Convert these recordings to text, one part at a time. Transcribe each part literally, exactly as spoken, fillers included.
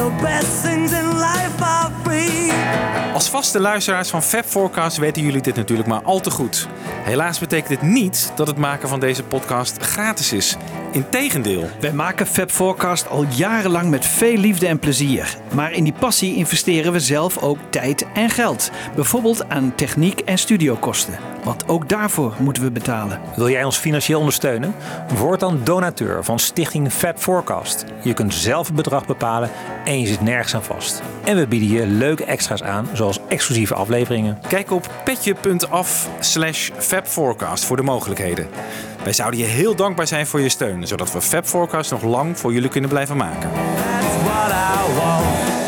The best things in life are free. Als vaste luisteraars van Fab Forecast weten jullie dit natuurlijk maar al te goed. Helaas betekent dit niet dat het maken van deze podcast gratis is. Integendeel. Wij maken Fab Forecast al jarenlang met veel liefde en plezier. Maar in die passie investeren we zelf ook tijd en geld. Bijvoorbeeld aan techniek en studiokosten. Want ook daarvoor moeten we betalen. Wil jij ons financieel ondersteunen? Word dan donateur van Stichting Fab Forecast. Je kunt zelf het bedrag bepalen en je zit nergens aan vast. En we bieden je leuke extra's aan, zoals exclusieve afleveringen. Kijk op petje.af slash Fab Forecast voor de mogelijkheden. Wij zouden je heel dankbaar zijn voor je steun, zodat we Fab Forecast nog lang voor jullie kunnen blijven maken. That's what I want.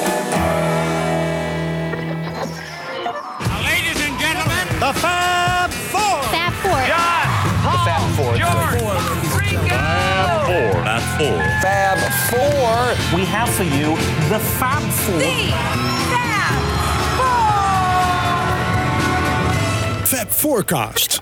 Ladies and gentlemen, The Fab Four. Fab Four. John, Paul, George, Ringo. Fab Four. Fab Four. We have for you the Fab Four. The Fab Four. Fab Forecast.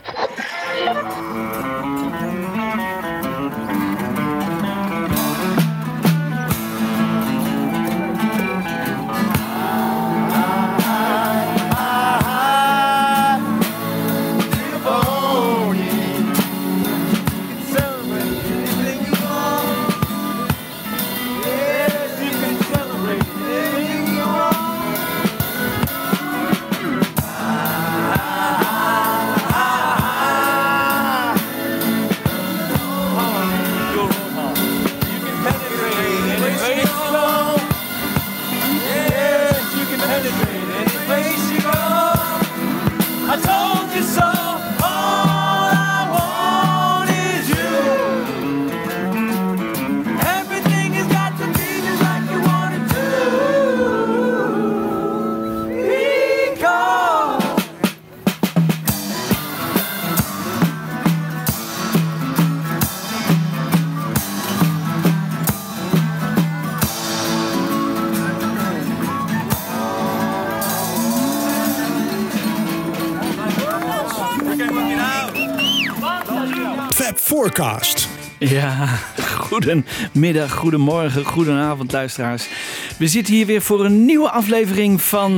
Fab Forecast. Ja, goedemiddag, goedemorgen, goedenavond luisteraars. We zitten hier weer voor een nieuwe aflevering van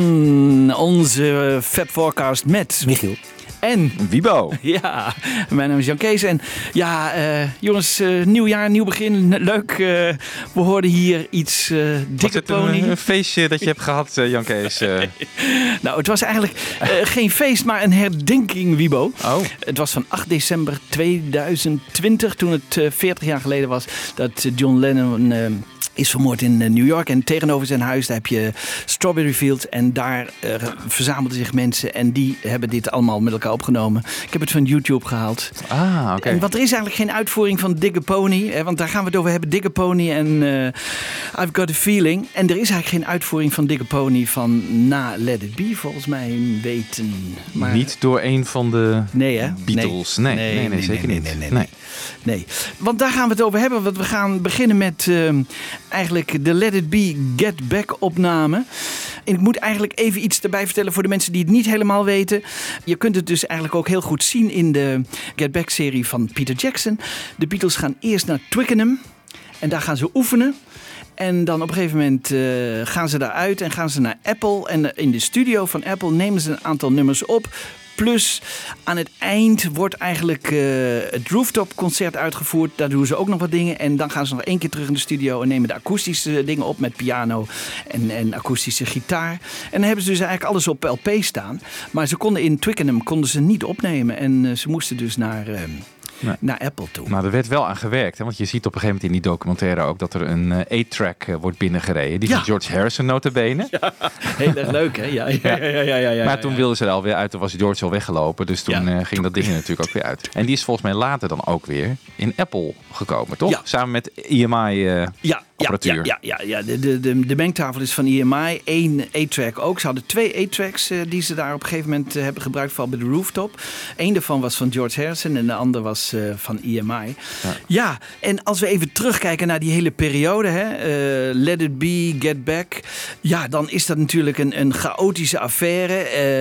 onze Fab Forecast met Michiel. En Wiebo. Ja, mijn naam is Jan Kees. En ja, uh, jongens, uh, nieuw jaar, nieuw begin. Leuk. Uh, we hoorden hier iets uh, dikke pony. Een, een feestje dat je hebt gehad, uh, Jan Kees. Uh. Nou, het was eigenlijk uh, geen feest, maar een herdenking, Wiebo. Oh. Het was van acht december tweeduizend twintig, toen het uh, veertig jaar geleden was dat John Lennon Uh, is vermoord in New York. En tegenover zijn huis daar heb je Strawberry Field. En daar uh, verzamelden zich mensen. En die hebben dit allemaal met elkaar opgenomen. Ik heb het van YouTube gehaald. Ah, oké. Okay. Want er is eigenlijk geen uitvoering van Digger Pony. Hè, want daar gaan we het over hebben. Digger Pony en uh, I've Got a Feeling. En er is eigenlijk geen uitvoering van Digger Pony van na Let It Be, volgens mij weten. Maar niet door een van de nee, hè? Beatles. Nee, nee, nee, nee, nee, nee zeker nee, niet. Nee, nee, nee. nee. nee. Want daar gaan we het over hebben. Want we gaan beginnen met Uh, eigenlijk de Let It Be Get Back opname. En ik moet eigenlijk even iets erbij vertellen voor de mensen die het niet helemaal weten. Je kunt het dus eigenlijk ook heel goed zien in de Get Back serie van Peter Jackson. De Beatles gaan eerst naar Twickenham en daar gaan ze oefenen. En dan op een gegeven moment uh, gaan ze daaruit en gaan ze naar Apple. En in de studio van Apple nemen ze een aantal nummers op. Plus aan het eind wordt eigenlijk uh, het rooftop concert uitgevoerd. Daar doen ze ook nog wat dingen. En dan gaan ze nog één keer terug in de studio en nemen de akoestische dingen op met piano en, en akoestische gitaar. En dan hebben ze dus eigenlijk alles op L P staan. Maar ze konden in Twickenham konden ze niet opnemen. En uh, ze moesten dus naar Uh, Nee. naar Apple toe. Maar er werd wel aan gewerkt. Hè? Want je ziet op een gegeven moment in die documentaire ook dat er een uh, eight-track uh, wordt binnengereden. Die ja. van George Harrison nota bene. Ja, heel erg leuk hè? Ja, ja, ja, ja, ja, ja, ja, maar toen ja. wilden ze er alweer uit. Toen was George al weggelopen. Dus toen ja. uh, ging dat ding natuurlijk ook weer uit. En die is volgens mij later dan ook weer in Apple gekomen, toch? Ja. Samen met E M I uh, ja. apparatuur. Ja, ja, ja, ja. De, de, de, de mengtafel is van E M I. Eén eight-track ook. Ze hadden twee eight-tracks uh, die ze daar op een gegeven moment uh, hebben gebruikt. Vooral bij de rooftop. Eén daarvan was van George Harrison en de andere was uh, van E M I. Ja. ja, en als we even terugkijken naar die hele periode. Hè, uh, Let It Be, Get Back. Ja, dan is dat natuurlijk een, een chaotische affaire.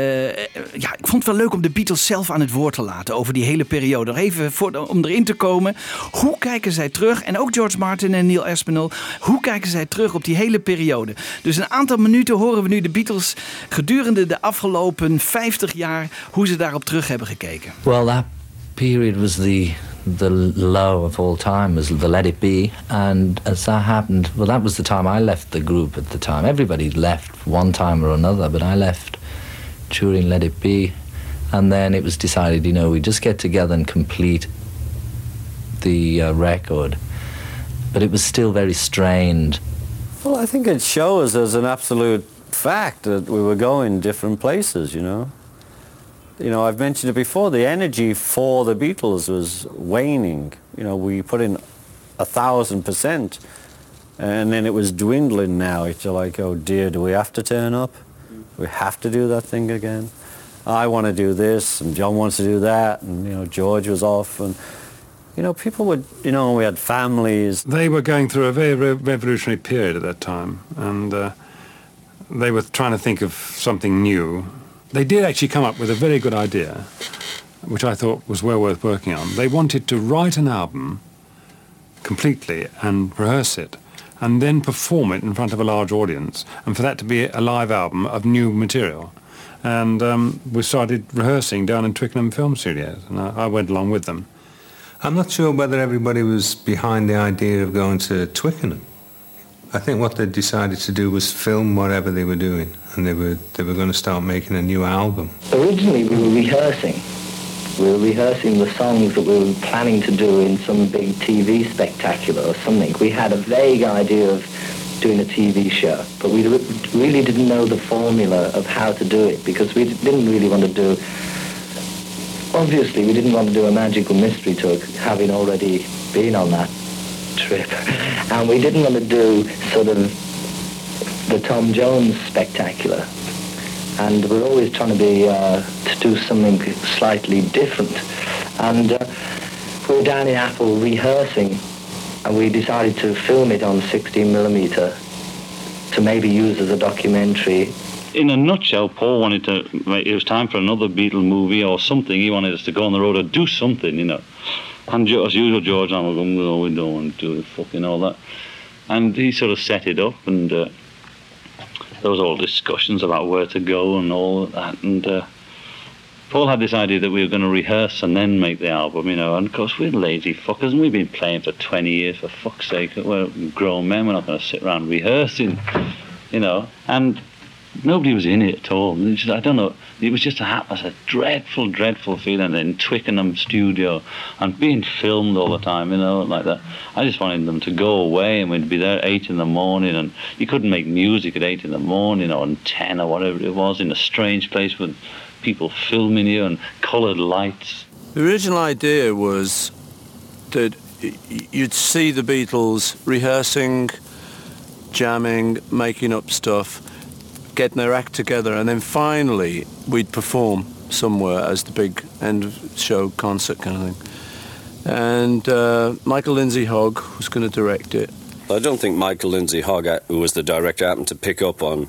Uh, ja, ik vond het wel leuk om de Beatles zelf aan het woord te laten over die hele periode. Nog even voor, om erin te komen. Hoe kijken zij terug? En ook George Martin en Neil Aspinall. Hoe kijken zij terug op die hele periode? Dus een aantal minuten horen we nu de Beatles gedurende de afgelopen vijftig jaar hoe ze daarop terug hebben gekeken. Well, that period was the the low of all time, was the Let It Be, and as that happened, well, that was the time I left the group at the time. Everybody left one time or another, but I left during Let It Be, and then it was decided, you know, we just get together and complete the uh, record, but it was still very strained. Well, I think it shows as an absolute fact that we were going different places, you know. You know, I've mentioned it before, the energy for the Beatles was waning. You know, we put in a thousand percent and then it was dwindling now. It's like, oh dear, do we have to turn up? We have to do that thing again. I want to do this and John wants to do that and, you know, George was off and, you know, people would, you know, we had families. They were going through a very re- revolutionary period at that time and uh, they were trying to think of something new. They did actually come up with a very good idea, which I thought was well worth working on. They wanted to write an album completely and rehearse it, and then perform it in front of a large audience, and for that to be a live album of new material. And um, we started rehearsing down in Twickenham Film Studios, and I, I went along with them. I'm not sure whether everybody was behind the idea of going to Twickenham. I think what they decided to do was film whatever they were doing, and they were they were going to start making a new album. Originally we were rehearsing. We were rehearsing the songs that we were planning to do in some big T V spectacular or something. We had a vague idea of doing a T V show, but we really didn't know the formula of how to do it, because we didn't really want to do... Obviously we didn't want to do a magical mystery tour, having already been on that trip, and we didn't want to do sort of the Tom Jones spectacular, and we're always trying to be uh, to do something slightly different. And uh, we were down in Apple rehearsing, and we decided to film it on sixteen millimeter to maybe use as a documentary. In a nutshell, Paul wanted to, it was time for another Beatle movie or something. He wanted us to go on the road and do something, you know. And as usual, George and I were going, no, we don't want to do fucking all that. And he sort of set it up, and uh, there was all discussions about where to go and all that. And uh, Paul had this idea that we were going to rehearse and then make the album, you know. And of course, we're lazy fuckers, and we've been playing for twenty years, for fuck's sake. We're grown men, we're not going to sit around rehearsing, you know. And nobody was in it at all. Just, I don't know, it was just a, a dreadful, dreadful feeling in Twickenham studio and being filmed all the time, you know, like that. I just wanted them to go away, and we'd be there at eight in the morning, and you couldn't make music at eight in the morning or ten or whatever it was in a strange place with people filming you and coloured lights. The original idea was that you'd see the Beatles rehearsing, jamming, making up stuff, getting their act together, and then finally we'd perform somewhere as the big end of show concert kind of thing. And uh, Michael Lindsay Hogg was going to direct it. I don't think Michael Lindsay Hogg, who was the director, happened to pick up on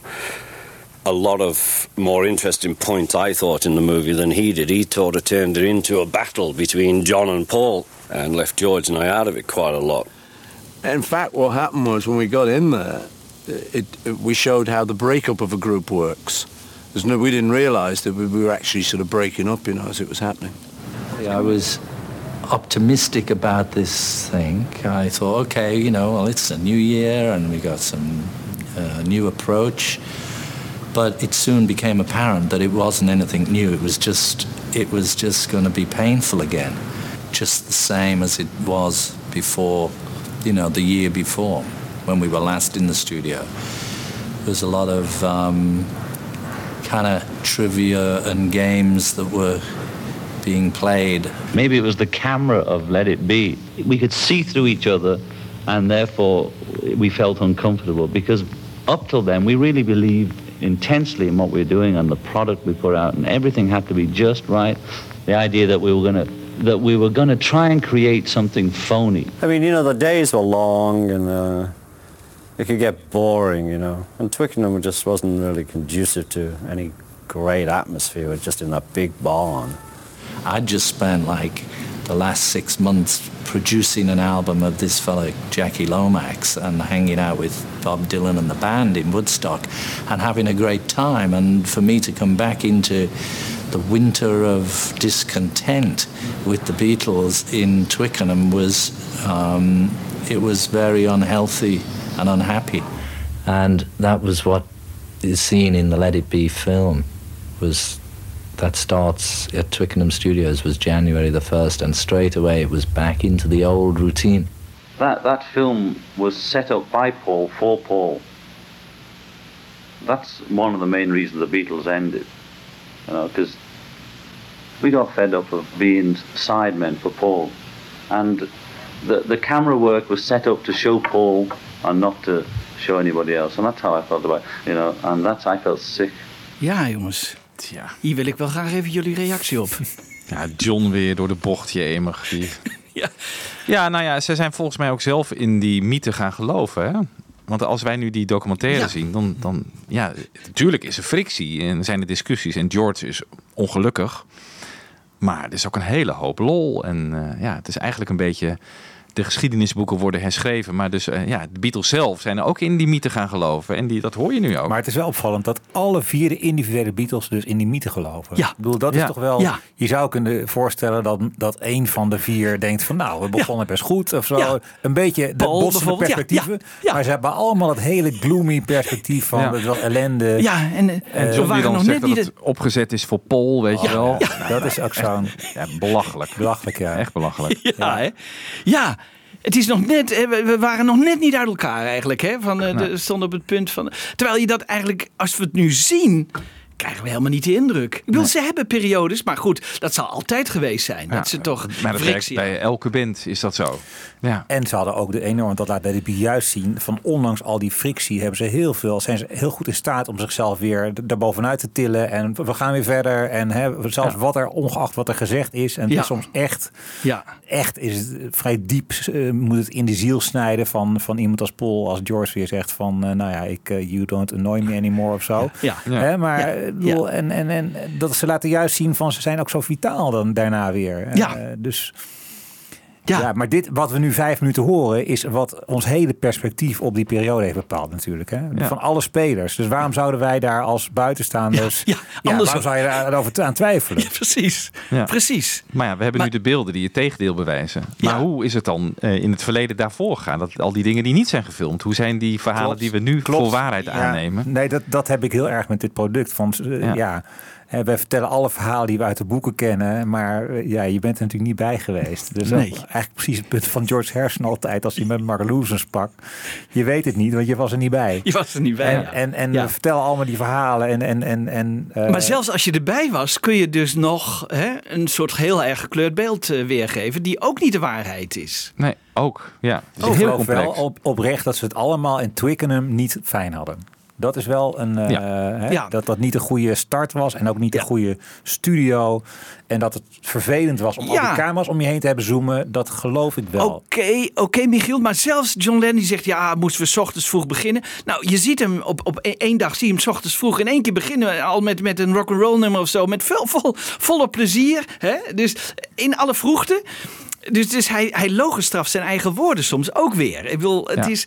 a lot of more interesting points, I thought, in the movie than he did. He sort of turned it into a battle between John and Paul and left George and I out of it quite a lot. In fact, what happened was when we got in there, It, it, we showed how the breakup of a group works. There's no, we didn't realise that we, we were actually sort of breaking up, you know, as it was happening. I was optimistic about this thing. I thought, okay, you know, well, it's a new year and we got some uh, new approach. But it soon became apparent that it wasn't anything new. It was just, it was just going to be painful again, just the same as it was before, you know, the year before, when we were last in the studio. There was a lot of um, kind of trivia and games that were being played. Maybe it was the camera of Let It Be. We could see through each other, and therefore we felt uncomfortable, because up till then we really believed intensely in what we were doing and the product we put out, and everything had to be just right. The idea that we were going to that we were going to try and create something phony. I mean, you know, the days were long, and uh, it could get boring, you know. And Twickenham just wasn't really conducive to any great atmosphere, just in that big barn. I just spent like the last six months producing an album of this fellow Jackie Lomax and hanging out with Bob Dylan and the band in Woodstock and having a great time. And for me to come back into the winter of discontent with the Beatles in Twickenham was um, it was very unhealthy and unhappy. And that was what is seen in the Let It Be film. Was that starts at Twickenham Studios was January the first, and straight away it was back into the old routine. That that film was set up by Paul for Paul. That's one of the main reasons the Beatles ended. You know, because we got fed up of being sidemen for Paul, and the the camera work was set up to show Paul and not to show anybody else, and that's how I felt about it, you know, and that's I felt sick. Ja, jongens. Ja. Hier wil ik wel graag even jullie reactie op. Ja, John weer door de bocht, jemig. Ja. Ja, nou ja, ze zijn volgens mij ook zelf in die mythe gaan geloven, hè? Want als wij nu die documentaire ja. zien, dan, dan... Ja, natuurlijk is er frictie en zijn er discussies. En George is ongelukkig. Maar er is ook een hele hoop lol. En uh, ja, het is eigenlijk een beetje... De geschiedenisboeken worden herschreven. Maar dus uh, ja, de Beatles zelf zijn er ook in die mythe gaan geloven. En die, dat hoor je nu ook. Maar het is wel opvallend dat alle vier de individuele Beatles dus in die mythe geloven. Ja. Ik bedoel, dat is ja. toch wel... Ja. Je zou kunnen voorstellen dat, dat een van de vier denkt van... nou, we begonnen ja. best goed of zo. Ja. Een beetje de Paul, botsende perspectieven. Ja. Ja. Ja. Maar ze hebben allemaal het hele gloomy perspectief van... Ja. wel ellende. Ja, en, uh, en John die dan nog zegt dat het opgezet is voor Paul, weet ja. je wel. Ja. Dat is ook zo'n... Ja, belachelijk. Belachelijk, ja. Echt belachelijk. Ja, ja. Hè? Ja. Het is nog net, we waren nog net niet uit elkaar eigenlijk. Hè? Van, uh, de, stonden op het punt van. Terwijl je dat eigenlijk, als we het nu zien, krijgen we helemaal niet de indruk. Ik bedoel, nee. Ze hebben periodes, maar goed, dat zal altijd geweest zijn. Ja, dat ze toch. Maar dat werkt bij elke band is dat zo. Ja. En ze hadden ook de enorm, dat laat Let It Be juist zien, van ondanks al die frictie hebben ze heel veel, zijn ze heel goed in staat om zichzelf weer daarbovenuit te tillen en we gaan weer verder en hè, zelfs ja. wat er, ongeacht wat er gezegd is en ja. soms echt, ja. echt is het vrij diep, uh, moet het in de ziel snijden van, van iemand als Paul, als George weer zegt van, uh, nou ja, ik, uh, you don't annoy me anymore of zo. Ja. Ja. Hè, maar ja. bedoel, Ja. En, en, en dat ze laten juist zien van, ze zijn ook zo vitaal dan daarna weer. Ja. Uh, dus... Ja. ja, maar dit wat we nu vijf minuten horen is wat ons hele perspectief op die periode heeft bepaald natuurlijk. Hè? Ja. Van alle spelers. Dus waarom zouden wij daar als buitenstaanders... Ja, ja, ja, waarom zou je daarover aan twijfelen? Ja, precies, ja. precies. Maar ja, we hebben maar, nu de beelden die het tegendeel bewijzen. Maar ja. hoe is het dan uh, in het verleden daarvoor gegaan? Dat, al die dingen die niet zijn gefilmd. Hoe zijn die verhalen Klopt. die we nu Klopt. voor waarheid ja. aannemen? Nee, dat, dat heb ik heel erg met dit product. Van, uh, ja... ja. Wij vertellen alle verhalen die we uit de boeken kennen, maar ja, je bent er natuurlijk niet bij geweest. Dus nee. eigenlijk precies het punt van George Harrison altijd als hij met Mark Lewison sprak. Je weet het niet, want je was er niet bij. Je was er niet bij. En, ja. en, en ja. we vertellen allemaal die verhalen. En, en, en, en, uh, maar zelfs als je erbij was, kun je dus nog hè, een soort heel erg gekleurd beeld uh, weergeven, die ook niet de waarheid is. Nee, ook. Ja. Dus ik geloof wel op, oprecht dat ze het allemaal in Twickenham niet fijn hadden. Dat is wel een uh, ja. Hè, ja. dat dat niet een goede start was en ook niet ja. een goede studio en dat het vervelend was om ja. al die camera's om je heen te hebben zoomen. Dat geloof ik wel. Oké, okay, oké, okay, Michiel, maar zelfs John Lennon die zegt ja, moesten we 's ochtends vroeg beginnen. Nou, je ziet hem op op één dag zie je hem 's ochtends vroeg in één keer beginnen al met met een rock and roll nummer of zo met veel vol volle plezier, hè? Dus in alle vroegte. Dus, dus hij hij logenstraft zijn eigen woorden soms ook weer. Ik bedoel, het ja. is.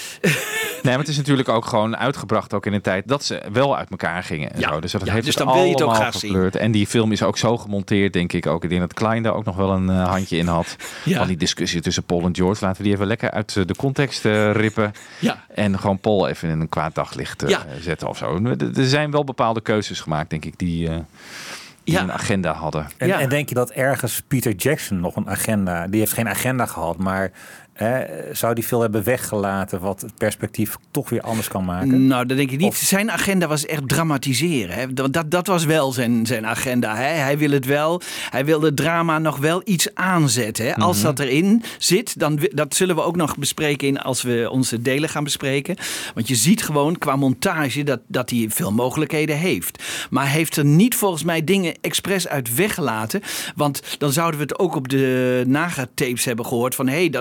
Nee, maar het is natuurlijk ook gewoon uitgebracht ook in een tijd dat ze wel uit elkaar gingen. En ja. zo. Dus dat ja, heeft dus het dan wil je het ook graag gekleurd. Zien. En die film is ook zo gemonteerd, denk ik ook. Ik denk dat Klein daar ook nog wel een uh, handje in had. Ja. Van die discussie tussen Paul en George. Laten we die even lekker uit de context uh, rippen. Ja. En gewoon Paul even in een kwaad daglicht uh, ja. zetten of zo. Er zijn wel bepaalde keuzes gemaakt, denk ik, die... Uh, die ja. een agenda hadden. En, ja. en denk je dat ergens Peter Jackson nog een agenda... Die heeft geen agenda gehad, maar... Eh, zou die veel hebben weggelaten wat het perspectief toch weer anders kan maken? Nou, dat denk ik niet. Of... Zijn agenda was echt dramatiseren. Hè. Dat, dat, dat was wel zijn, zijn agenda. Hè. Hij wil het wel. Hij wil het drama nog wel iets aanzetten. Hè. Mm-hmm. Als dat erin zit, dan dat zullen we ook nog bespreken in, als we onze delen gaan bespreken. Want je ziet gewoon qua montage dat, dat hij veel mogelijkheden heeft. Maar hij heeft er niet volgens mij dingen expres uit weggelaten. Want dan zouden we het ook op de nagatapes hebben gehoord van hé, hey, dat, dat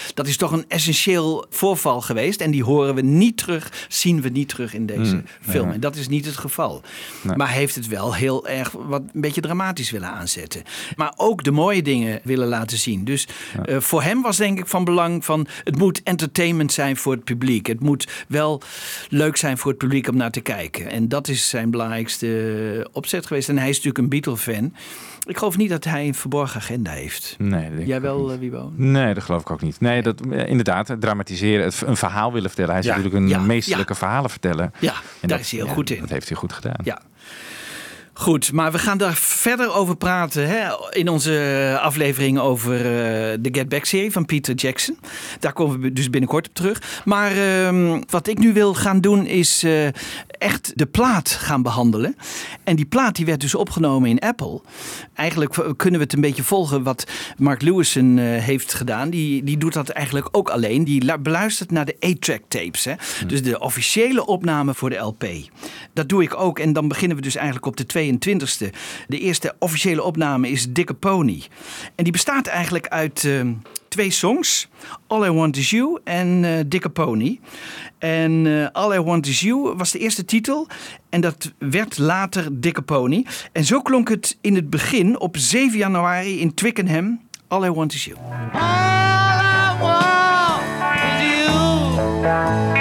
Dat is toch een essentieel voorval geweest. En die horen we niet terug, zien we niet terug in deze Mm, film. nee. En dat is niet het geval. Nee. Maar hij heeft het wel heel erg wat een beetje dramatisch willen aanzetten. Maar ook de mooie dingen willen laten zien. Dus ja. uh, voor hem was denk ik van belang van... het moet entertainment zijn voor het publiek. Het moet wel leuk zijn voor het publiek om naar te kijken. En dat is zijn belangrijkste opzet geweest. En hij is natuurlijk een Beatle-fan. Ik geloof niet dat hij een verborgen agenda heeft. Nee, dat denk Jij ik wel, uh, Wiebo? Nee, dat geloof ik ook niet. Nee, dat, inderdaad, het dramatiseren, het, een verhaal willen vertellen. Hij is Ja, natuurlijk een ja, meesterlijke ja. verhalen vertellen. Ja, En daar dat, is hij heel ja, goed in. Dat heeft hij goed gedaan. Ja. Goed, maar we gaan daar verder over praten hè, in onze aflevering over uh, de Get Back-serie van Peter Jackson. Daar komen we dus binnenkort op terug. Maar uh, wat ik nu wil gaan doen is uh, echt de plaat gaan behandelen. En die plaat die werd dus opgenomen in Apple. Eigenlijk kunnen we het een beetje volgen wat Mark Lewison uh, heeft gedaan. Die, die doet dat eigenlijk ook alleen. Die beluistert naar de eight-track tapes. Hè? Hmm. Dus de officiële opname voor de L P. Dat doe ik ook en dan beginnen we dus eigenlijk op de tweeëntwintigste. De eerste officiële opname is Dikke Pony. En die bestaat eigenlijk uit uh, twee songs. All I Want Is You en uh, Dikke Pony. En uh, All I Want Is You was de eerste titel. En dat werd later Dikke Pony. En zo klonk het in het begin op zeven januari in Twickenham. All I Want Is You. All I want is you.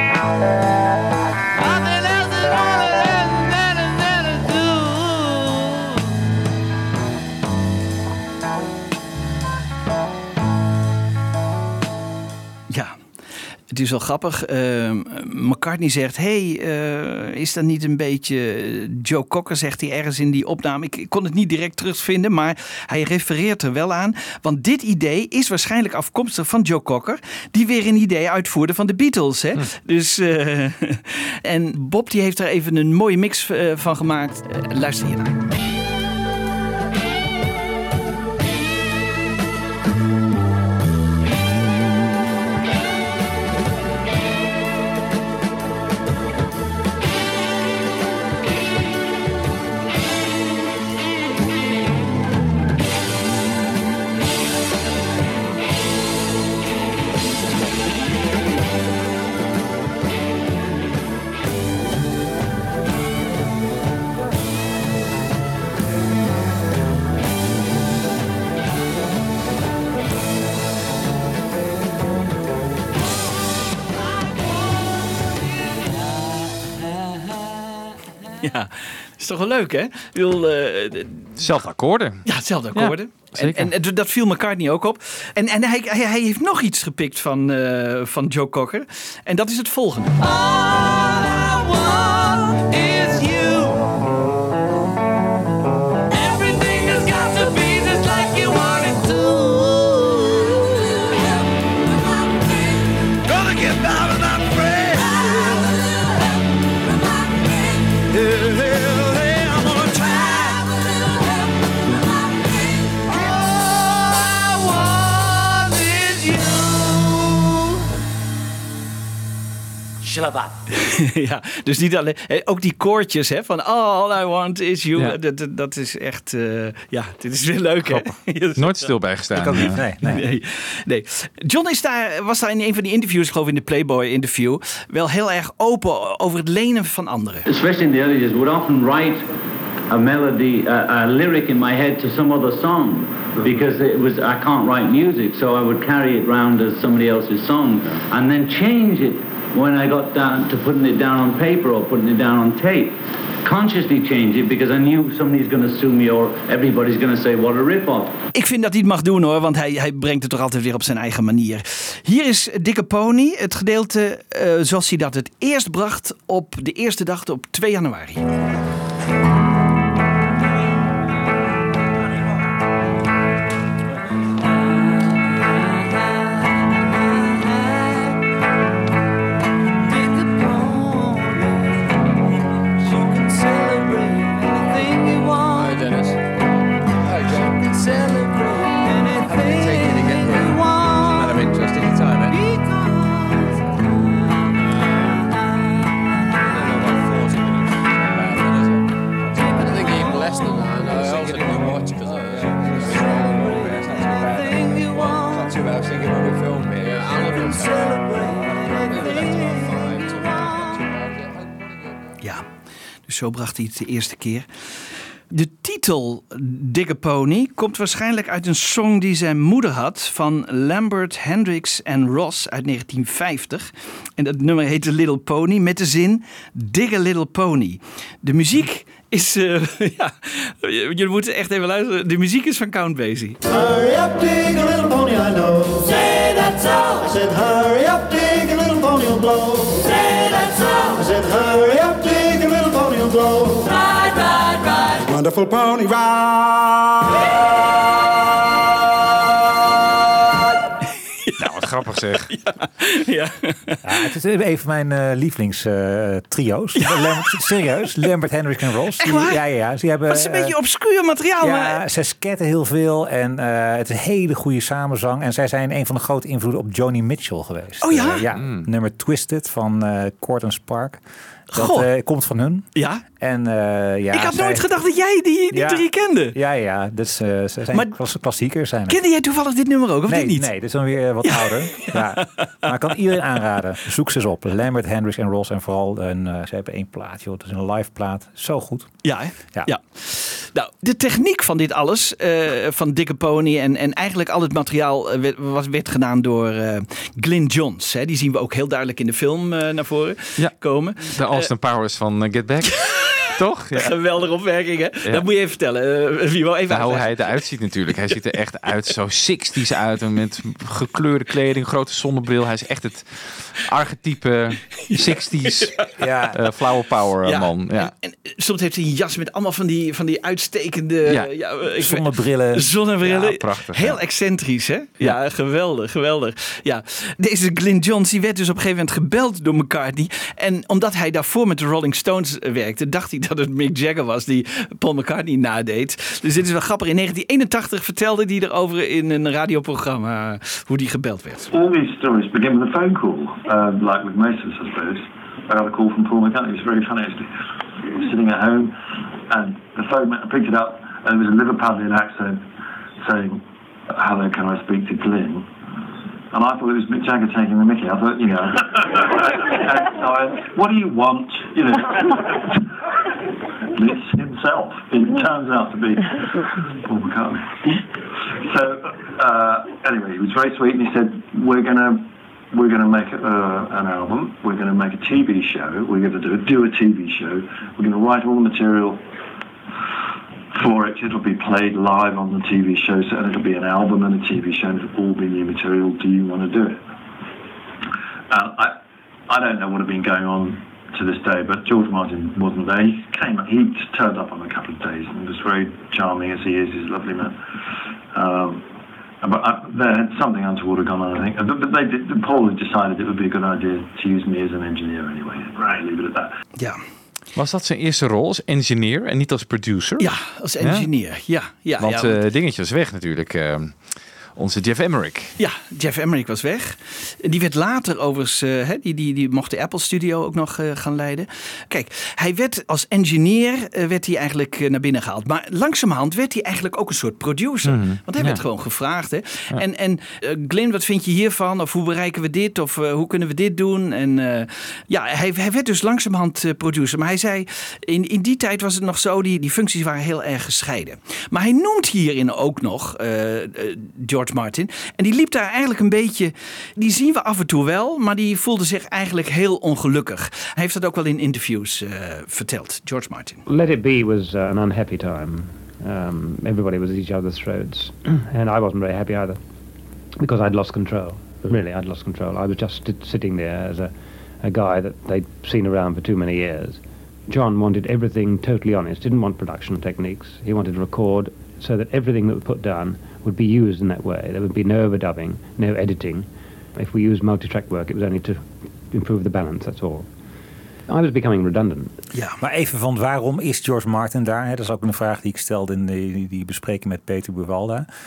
Ja, het is wel grappig. Uh, McCartney zegt, hey, uh, is dat niet een beetje... Joe Cocker zegt hij ergens in die opname. Ik, ik kon het niet direct terugvinden, maar hij refereert er wel aan. Want dit idee is waarschijnlijk afkomstig van Joe Cocker, die weer een idee uitvoerde van de Beatles. Hè? Hm. Dus, uh, en Bob die heeft er even een mooie mix uh, van gemaakt. Uh, luister hiernaar. Ja, is toch wel leuk, hè? Wil, uh, Zelfde akkoorden. Ja, hetzelfde akkoorden. Ja, en, en dat viel McCartney ook op. En, en hij, hij, hij heeft nog iets gepikt van, uh, van Joe Cocker. En dat is het volgende. All I want is you. Everything has got to be just like you want it to. Gonna get out of that frame. Hey, hey, hey, I'm gonna try. All I want is you. Shalabab. Ja, dus niet alleen... Ook die koortjes hè, van All I Want Is You. Ja. Dat, dat, dat is echt... Uh, ja, dit is weer leuk, hè? Nooit stil bijgestaan. Ik ook niet. Nee, nee. nee, nee. John is daar, was daar in een van die interviews, ik geloof in de Playboy interview, wel heel erg open over het lenen van anderen. Especially in the early days, would often write a melody, a, a lyric in my head to some other song, because it was I can't write music, so I would carry it around as somebody else's song, and then change it when I got down to putting it down on paper or putting it down on tape. Consciously change it because I knew somebody's going to sue me or everybody's going to say what a rip-off. Ik vind dat hij het mag doen hoor, want hij, hij brengt het toch altijd weer op zijn eigen manier. Hier is Dikke Pony, het gedeelte uh, zoals hij dat het eerst bracht op de eerste dag op twee januari. Ja, dus zo bracht hij het de eerste keer. De titel Dig a Pony komt waarschijnlijk uit een song die zijn moeder had van Lambert, Hendricks en Ross uit negentien vijftig. En dat nummer heette Little Pony met de zin Dig a Little Pony. De muziek is, uh, ja, jullie moeten echt even luisteren. De muziek is van Count Basie. Hurry up, dig a little pony, I know. Say that so. I said, hurry up, dig a little pony will blow. Say that so. I said, hurry up, dig a little pony will blow. Ride, ride, ride. Wonderful pony ride. Nou, wat grappig zeg. Ja, ja. Ja, het is een van mijn uh, lievelingstrio's. Uh, ja. Lambert, serieus, Lambert, Hendricks en Ross. Die, ja, ja, ja. Die hebben, dat is een beetje obscuur materiaal. Ja, maar... ze sketten heel veel en uh, het is een hele goede samenzang. En zij zijn een van de grote invloeden op Joni Mitchell geweest. Oh ja? Uh, ja, mm. nummer Twisted van uh, Court Spark. Dat uh, komt van hun. Ja? En, uh, ja, ik had zij... nooit gedacht dat jij die, die ja. drie kende. Ja, ja. Dus, uh, ze zijn maar... klassiekers. Zijn kende jij toevallig dit nummer ook, of nee, niet? Nee, dit is dan weer wat ja. ouder. Ja. Maar ik kan iedereen aanraden. Zoek ze eens op. Lambert, Hendricks en Ross. En vooral, een, uh, ze hebben één plaat. Joh. Het is een live plaat. Zo goed. Ja, hè? Ja. ja. Nou, de techniek van dit alles, uh, van Dig a Pony en, en eigenlijk al het materiaal uh, werd, was, werd gedaan door uh, Glyn Johns. Hè. Die zien we ook heel duidelijk in de film uh, naar voren ja. komen. De Austin uh, Powers van uh, Get Back. Toch? Ja. Geweldige opmerking, hè? Ja. Dat moet je even vertellen. Uh, wie wel even nou, hoe hij eruit ziet natuurlijk. Hij ziet er echt uit, zo zestig's uit. En met gekleurde kleding, grote zonnebril. Hij is echt het archetype zestig's ja. uh, flower power ja. man. Ja. En, en soms heeft hij een jas met allemaal van die, van die uitstekende... Ja. Ja, ik zonnebrillen. Zonnebrillen. Ja, prachtig. Heel ja. excentrisch, hè? Ja, ja, geweldig, geweldig. Ja. Deze Glyn Johns, die werd dus op een gegeven moment gebeld door McCartney. En omdat hij daarvoor met de Rolling Stones werkte, dacht hij dat het Mick Jagger was die Paul McCartney nadeed. Dus dit is wel grappig. In negentien eenentachtig vertelde hij erover in een radioprogramma hoe die gebeld werd. All these stories begin with a phone call, uh, like with most of us, I suppose. I got a call from Paul McCartney. It was very funny. He was sitting at home, and the phone man picked it up, and it was a Liverpudlian accent saying, "Hello, can I speak to Glyn?" And I thought it was Mick Jagger taking the mickey. I thought, you know, and so I went, "What do you want?" You know, it's himself. It turns out to be Paul McCartney. So uh, anyway, he was very sweet, and he said, "We're gonna, we're gonna make uh, an album. We're gonna make a T V show. We're gonna do do a T V show. We're gonna write all the material for it. It'll be played live on the T V show, so, and it'll be an album and a T V show, and it'll all be new material. Do you want to do it?" Uh, I, I don't know what had been going on to this day, but George Martin wasn't there. He came, he turned up on a couple of days and was very charming as he is. He's a lovely man. Um, but I, there had something untoward gone on, I think. But they did, Paul had decided it would be a good idea to use me as an engineer anyway. Right, leave it at that. Ja. Was dat zijn eerste rol als engineer en niet als producer? Ja, als engineer. Ja, ja. Want ja, uh, want... dingetje was weg natuurlijk. Uh, onze Jeff Emmerich. Ja, Jeff Emmerich was weg. Die werd later overigens, uh, he, die, die, die mocht de Apple Studio ook nog uh, gaan leiden. Kijk, hij werd als engineer uh, werd hij eigenlijk uh, naar binnen gehaald. Maar langzamerhand werd hij eigenlijk ook een soort producer. Mm-hmm. Want hij ja. werd gewoon gevraagd. Hè. Ja. En, en uh, Glyn, wat vind je hiervan? Of hoe bereiken we dit? Of uh, hoe kunnen we dit doen? En uh, ja, hij, hij werd dus langzamerhand uh, producer. Maar hij zei, in, in die tijd was het nog zo, die, die functies waren heel erg gescheiden. Maar hij noemt hierin ook nog uh, uh, George Martin. En die liep daar eigenlijk een beetje... Die zien we af en toe wel, maar die voelde zich eigenlijk heel ongelukkig. Hij heeft dat ook wel in interviews uh, verteld, George Martin. Let It Be was uh, an unhappy time. Um, everybody was at each other's throats. And I wasn't very happy either. Because I'd lost control. Really, I'd lost control. I was just st- sitting there as a, a guy that they'd seen around for too many years. John wanted everything totally honest. Didn't want production techniques. He wanted to record so that everything that we put down would be used in that way. There would be no overdubbing, no editing. If we used multi-track work, it was only to improve the balance, that's all. I was becoming redundant. Ja, maar even van waarom is George Martin daar? Hè? Dat is ook een vraag die ik stelde in die, die bespreking met Peter Buwalda.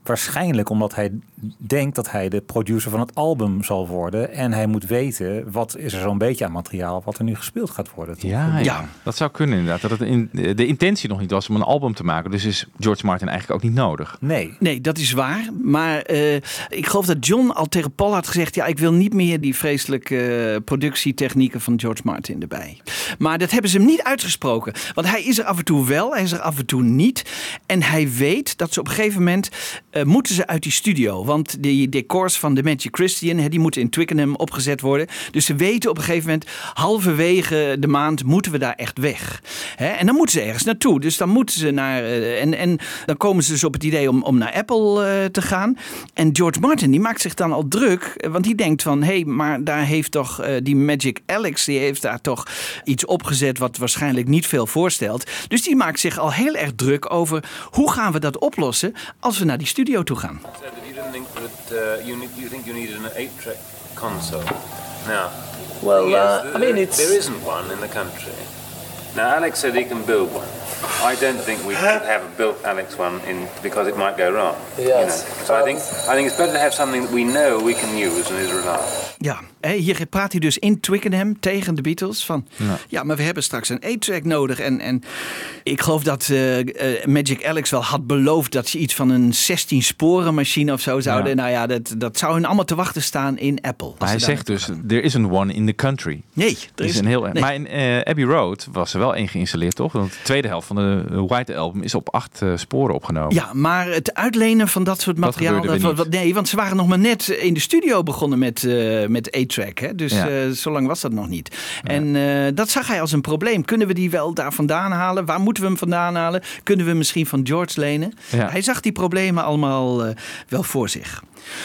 Waarschijnlijk omdat hij denkt dat hij de producer van het album zal worden. En hij moet weten, wat is er zo'n beetje aan materiaal wat er nu gespeeld gaat worden. Ja, ja. ja, dat zou kunnen inderdaad. Dat het in, de intentie nog niet was om een album te maken. Dus is George Martin eigenlijk ook niet nodig. Nee. Nee, dat is waar. Maar uh, ik geloof dat John al tegen Paul had gezegd, ja, ik wil niet meer die vreselijke uh, productietechnieken van George Martin erbij. Maar dat hebben ze hem niet uitgesproken. Want hij is er af en toe wel, hij is er af en toe niet. En hij weet dat ze op een gegeven moment uh, moeten ze uit die studio. Want die decors van The Magic Christian, he, die moeten in Twickenham opgezet worden. Dus ze weten op een gegeven moment, halverwege de maand moeten we daar echt weg. He, en dan moeten ze ergens naartoe. Dus dan moeten ze naar... Uh, en, en dan komen ze dus op het idee om, om naar Apple uh, te gaan. En George Martin, die maakt zich dan al druk. Want die denkt van, hé, hey, maar daar heeft toch uh, die Magic Alex, die heeft daar toch iets opgezet wat waarschijnlijk niet veel voorstelt. Dus die maakt zich al heel erg druk over hoe gaan we dat oplossen als we naar die studio toe gaan. So that you didn't think that uh, you, need, you think you needed an eight-track console. Now, Well, yes, uh, there, I mean, it's- there isn't one in the country. Now, Alex said he can build one. I don't think we could have built Alex one in because it might go wrong. Yes. You know? So I think I think it's better to have something that we know we can use and is reliable. Ja, hier praat hij dus in Twickenham tegen de Beatles van... Ja, ja maar we hebben straks een eight-track nodig. En, en ik geloof dat uh, uh, Magic Alex wel had beloofd dat ze iets van een zestien sporen machine of zo zouden. Ja. Nou ja, dat, dat zou hun allemaal te wachten staan in Apple. Maar hij zegt dus, there isn't one in the country. Nee, er is, is een heel. nee. Maar in uh, Abbey Road was er wel één geïnstalleerd, toch? Want de tweede helft van de White Album is op acht uh, sporen opgenomen. Ja, maar het uitlenen van dat soort materiaal... Dat dat, wat, nee, want ze waren nog maar net in de studio begonnen met, uh, met eight-track. Hè? Dus ja. uh, zo lang was dat nog niet. Ja. En uh, dat zag hij als een probleem. Kunnen we die wel daar vandaan halen? Waar moeten we hem vandaan halen? Kunnen we hem misschien van George lenen? Ja. Hij zag die problemen allemaal uh, wel voor zich.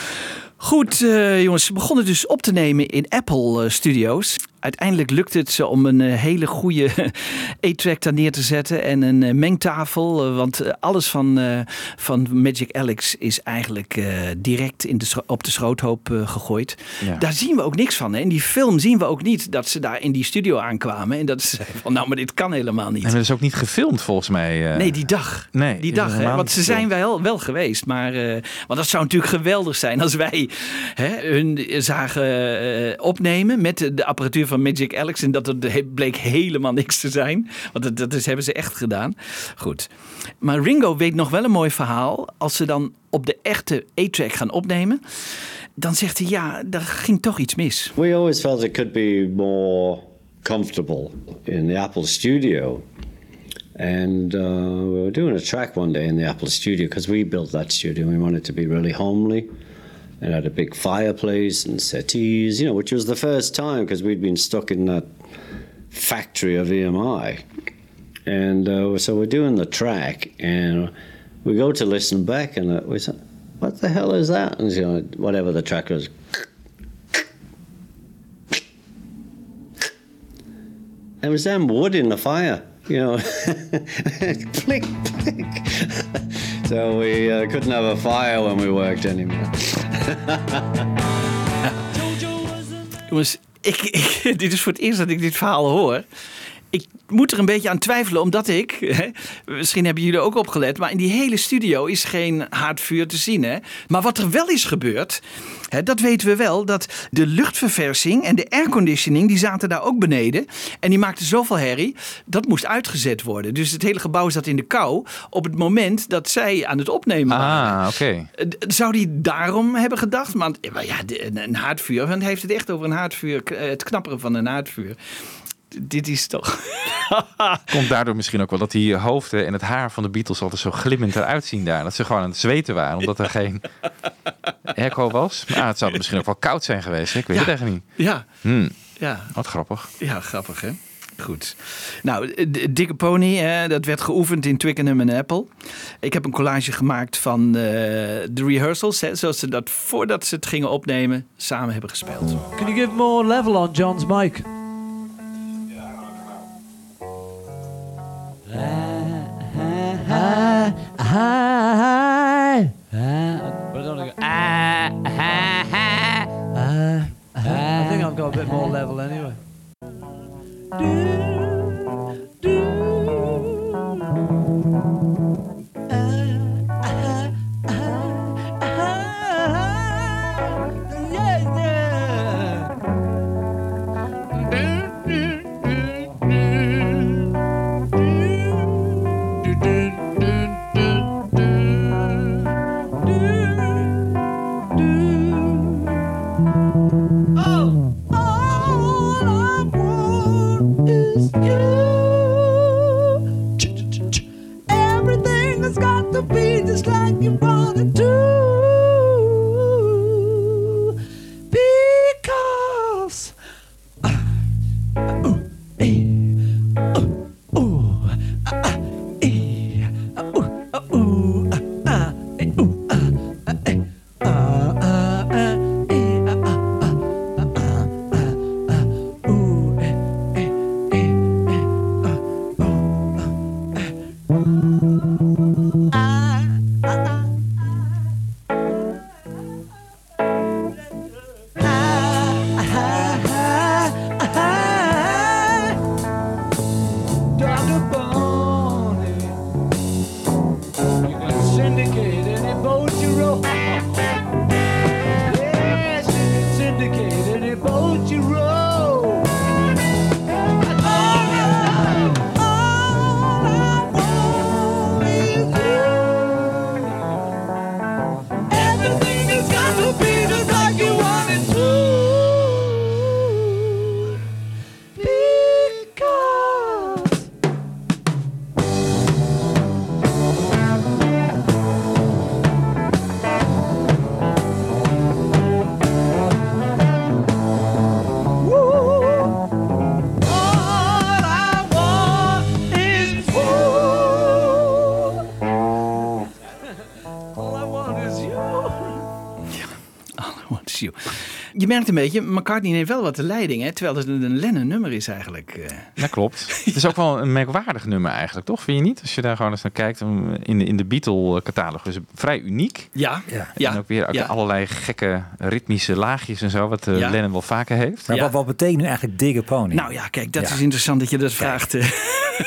Goed, uh, jongens, ze begonnen dus op te nemen in Apple uh, Studios. Uiteindelijk lukte het ze om een uh, hele goede eight-track daar neer te zetten en een uh, mengtafel. Uh, want uh, alles van, uh, van Magic Alex is eigenlijk uh, direct in de schro- op de schroothoop uh, gegooid. Ja. Daar zien we ook niks van. Hè. In die film zien we ook niet dat ze daar in die studio aankwamen. En dat ze zeiden van, nou, maar dit kan helemaal niet. En dat is ook niet gefilmd volgens mij. Uh... Nee, die dag. Nee, die dag. Hè. Want ze zijn wel, wel geweest. Maar, uh, want dat zou natuurlijk geweldig zijn als wij hè, hun zagen uh, opnemen met de, de apparatuur van Magic Alex en dat het bleek helemaal niks te zijn. Want dat, dat is, hebben ze echt gedaan. Goed. Maar Ringo weet nog wel een mooi verhaal. Als ze dan op de echte eight-track gaan opnemen, dan zegt hij ja, daar ging toch iets mis. We always felt it could be more comfortable in the Apple studio. And uh, we were doing a track one day in the Apple studio because we built that studio. We wanted it to be really homely. It had a big fireplace and settees, you know, which was the first time because we'd been stuck in that factory of E M I. And uh, so we're doing the track and we go to listen back and we said, what the hell is that? And you know, whatever the track was. There was them wood in the fire, you know, click, click. So we uh, couldn't have a fire when we worked anymore. Jongens, ik, ik, dit is voor het eerst dat ik dit verhaal hoor. Ik moet er een beetje aan twijfelen, omdat ik, hè, misschien hebben jullie ook opgelet, maar in die hele studio is geen haardvuur te zien. Hè? Maar wat er wel is gebeurd, hè, dat weten we wel, dat de luchtverversing en de airconditioning, die zaten daar ook beneden. En die maakten zoveel herrie, dat moest uitgezet worden. Dus het hele gebouw zat in de kou op het moment dat zij aan het opnemen waren. Ah, oké. Okay. Zou die daarom hebben gedacht? Want ja, een haardvuur, want hij heeft het echt over een haardvuur, het knapperen van een haardvuur. Dit is toch... Komt daardoor misschien ook wel dat die hoofden en het haar van de Beatles altijd zo glimmend eruit zien daar. Dat ze gewoon aan het zweten waren, omdat er geen airco was. Maar het zou misschien ook wel koud zijn geweest. Hè? Ik weet ja. het echt niet. Ja. Hmm. ja. Wat grappig. Ja, grappig hè. Goed. Nou, de Dikke Pony, hè, dat werd geoefend in Twickenham en Apple. Ik heb een collage gemaakt van uh, de rehearsals, hè, zoals ze dat voordat ze het gingen opnemen samen hebben gespeeld. Can you give more level on John's mic? Hi, hi, hi. But I don't go, ah, hi, hi, ah, I think I've got a bit more level anyway. Everything has got to be just like you want it to. Because Je merkt een beetje, McCartney neemt wel wat de leiding, hè? Terwijl het een Lennon-nummer is eigenlijk. Uh. Dat klopt. Het is ook wel een merkwaardig nummer eigenlijk, toch? Vind je niet? Als je daar gewoon eens naar kijkt, in de, in de Beatle-catalogus. Vrij uniek. Ja. ja. En ja. ook weer ook ja. allerlei gekke ritmische laagjes en zo, wat uh, ja. Lennon wel vaker heeft. Maar Ja. wat, wat betekent nu eigenlijk Digger Pony? Nou ja, kijk, dat Ja. is interessant dat je dat vraagt. Uh.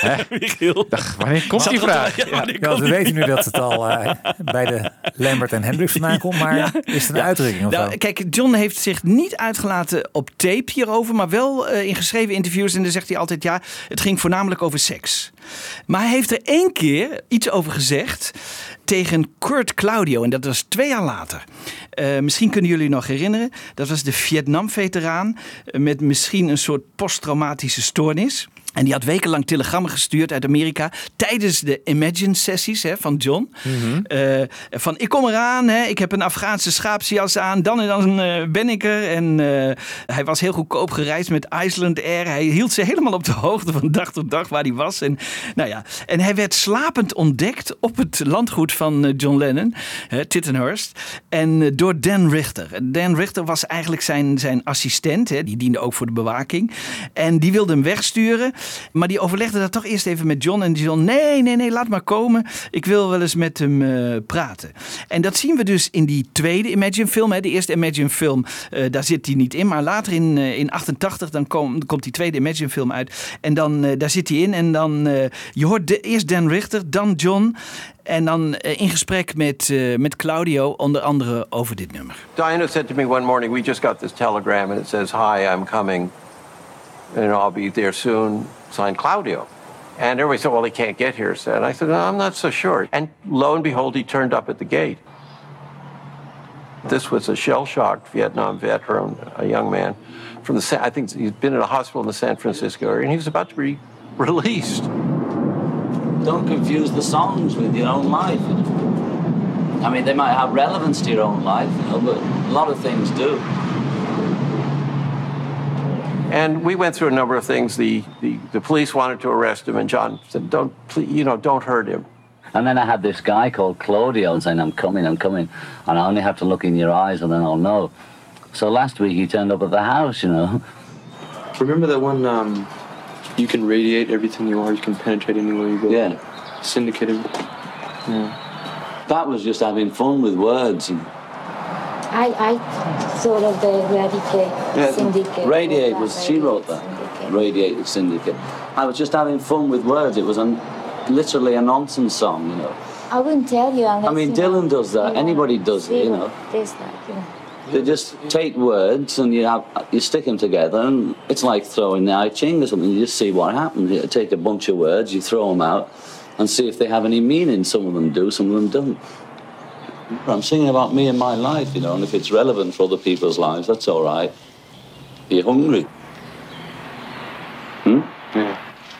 Dag, wanneer komt die vraag? Ja, Ja, ja, we weten nu dat het al uh, bij de Lambert en Hendrix vandaan komt, maar Ja. is het een Ja. uitdrukking of Nou, zo? kijk, John heeft zich niet uitgelaten op tape hierover, maar wel uh, in geschreven interviews. En dan zegt hij altijd, ja, het ging voornamelijk over seks. Maar hij heeft er één keer iets over gezegd tegen Kurt Claudio. En dat was twee jaar later. Uh, misschien kunnen jullie nog herinneren. Dat was de Vietnam-veteraan uh, met misschien een soort posttraumatische stoornis. En die had wekenlang telegrammen gestuurd uit Amerika tijdens de Imagine-sessies hè, van John. Mm-hmm. Uh, van ik kom eraan, hè, ik heb een Afghaanse schaapsjas aan, dan en dan uh, ben ik er. En uh, hij was heel goedkoop gereisd met Iceland Air. Hij hield ze helemaal op de hoogte van dag tot dag waar hij was. En, nou ja. en hij werd slapend ontdekt op het landgoed van uh, John Lennon, uh, Tittenhurst. En uh, door Dan Richter. Dan Richter was eigenlijk zijn, zijn assistent. Hè, die diende ook voor de bewaking. En die wilde hem wegsturen. Maar die overlegde dat toch eerst even met John. En John, nee, nee, nee, laat maar komen. Ik wil wel eens met hem uh, praten. En dat zien we dus in die tweede Imagine film. Hè. De eerste Imagine film, uh, daar zit hij niet in. Maar later in, uh, in achtentachtig, dan kom, komt die tweede Imagine film uit. En dan, uh, daar zit hij in. En dan, uh, je hoort de, eerst Dan Richter, dan John. En dan uh, in gesprek met, uh, met Claudio, onder andere over dit nummer. Diana said to me one morning, we just got this telegram and it says, hi, I'm coming. And I'll be there soon. Signed Claudio. And everybody said, well, he can't get here. And I said, no, I'm not so sure. And lo and behold, he turned up at the gate. This was a shell-shocked Vietnam veteran, a young man from the, I think he's been in a hospital in the San Francisco area, and he was about to be released. Don't confuse the songs with your own life. You know? I mean, they might have relevance to your own life, you know, but a lot of things do. And we went through a number of things. The, the, the police wanted to arrest him, and John said, "Don't, please, you know, don't hurt him." And then I had this guy called Claudio saying, I'm coming, I'm coming. And I only have to look in your eyes and then I'll know. So last week he turned up at the house, you know. Remember that one, um, you can radiate everything you are, you can penetrate anywhere you go? Yeah. Syndicated. Yeah. That was just having fun with words. And I, I sort of the Radiate yeah, Syndicate. Radiate was, she wrote that. Syndicate. Radiate Syndicate. I was just having fun with words. It was an, literally a nonsense song, you know. I wouldn't tell you unless, I mean, you Dylan know, does that. you Anybody know, does it, you know. This, like, you know. They just take words and you have you stick them together, and it's like throwing the I Ching or something. You just see what happens. You take a bunch of words, you throw them out, and see if they have any meaning. Some of them do, some of them don't. I'm singing about me and my life, you know, and if it's relevant for other people's lives, that's all right. Are you hungry? Hmm? Yeah.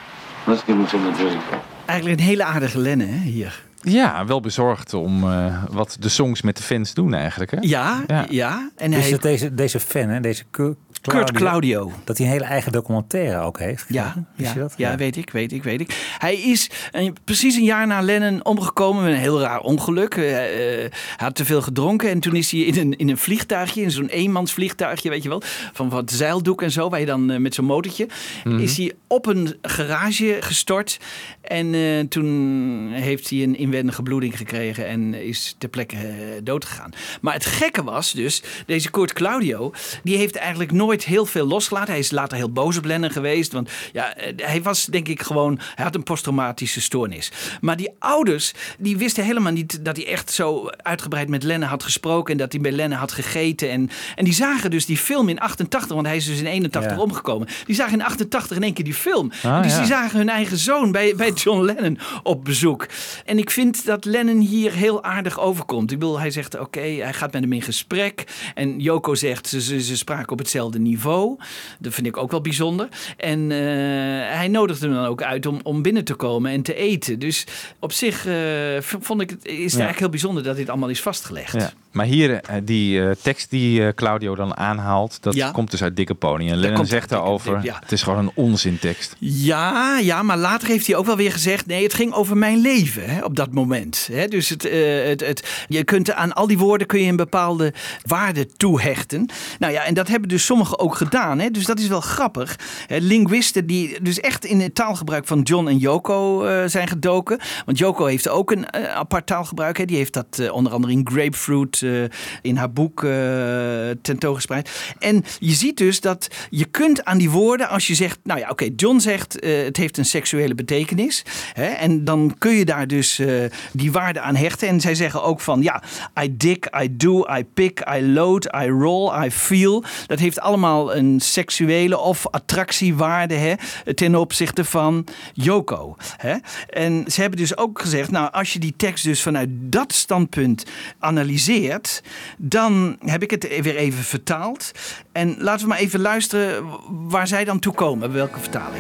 Let's give him some to drink. Eigenlijk een hele aardige Lennon, hè, hier. Ja, wel bezorgd om uh, wat de songs met de fans doen eigenlijk. Hè? Ja, ja. ja. En dus hij... dat deze, deze fan, hè, deze Kurt Claudio, Kurt Claudio, dat hij een hele eigen documentaire ook heeft. Ja, Wist ja, je dat? ja, ja, weet ik, weet ik, weet ik. Hij is een, precies een jaar na Lennon omgekomen met een heel raar ongeluk. Uh, uh, hij had te veel gedronken en toen is hij in een, in een vliegtuigje, in zo'n eenmansvliegtuigje, weet je wel, van wat zeildoek en zo, waar je dan uh, met zo'n motortje, mm-hmm. is hij op een garage gestort en uh, toen heeft hij een inwendige bloeding gekregen en is ter plekke uh, dood gegaan. Maar het gekke was dus, deze Kurt Claudio, die heeft eigenlijk nooit heel veel losgelaten. Hij is later heel boos op Lennon geweest. Want ja, hij was denk ik gewoon... Hij had een posttraumatische stoornis. Maar die ouders, die wisten helemaal niet dat hij echt zo uitgebreid met Lennon had gesproken. En dat hij bij Lennon had gegeten. En, en die zagen dus die film in achtentachtig. Want hij is dus in eenentachtig ja. omgekomen. Die zagen in achtentachtig in één keer die film. Ah, dus ja. die zagen hun eigen zoon bij, bij John Lennon op bezoek. En ik vind dat Lennon hier heel aardig overkomt. Ik bedoel, hij zegt oké, okay, hij gaat met hem in gesprek. En Yoko zegt, ze, ze, ze spraken op hetzelfde niveau. Dat vind ik ook wel bijzonder. En uh, hij nodigde hem dan ook uit om, om binnen te komen en te eten. Dus op zich uh, vond ik het, is het ja. eigenlijk heel bijzonder dat dit allemaal is vastgelegd. Ja. Maar hier, die uh, tekst die uh, Claudio dan aanhaalt, dat ja. komt dus uit Dikke Pony. En Lennon zegt daarover, ja. het is gewoon een onzintekst. Ja, ja, maar later heeft hij ook wel weer gezegd, nee, het ging over mijn leven hè, op dat moment. Hè. Dus het, uh, het, het, je kunt aan al die woorden kun je een bepaalde waarde toehechten. Nou ja, en dat hebben dus sommigen ook gedaan. Hè. Dus dat is wel grappig. Hè, linguisten die dus echt in het taalgebruik van John en Yoko uh, zijn gedoken. Want Yoko heeft ook een uh, apart taalgebruik. Hè. Die heeft dat uh, onder andere in Grapefruit uh, in haar boek uh, tentoongespreid. En je ziet dus dat je kunt aan die woorden, als je zegt, nou ja, oké, okay, John zegt uh, het heeft een seksuele betekenis. Hè, en dan kun je daar dus uh, die waarde aan hechten. En zij zeggen ook van, ja, I dig, I do, I pick, I load, I roll, I feel. Dat heeft allemaal een seksuele of attractiewaarde hè, ten opzichte van Yoko. Hè. En ze hebben dus ook gezegd, nou, als je die tekst dus vanuit dat standpunt analyseert, dan heb ik het weer even vertaald. En laten we maar even luisteren waar zij dan toe komen, welke vertaling.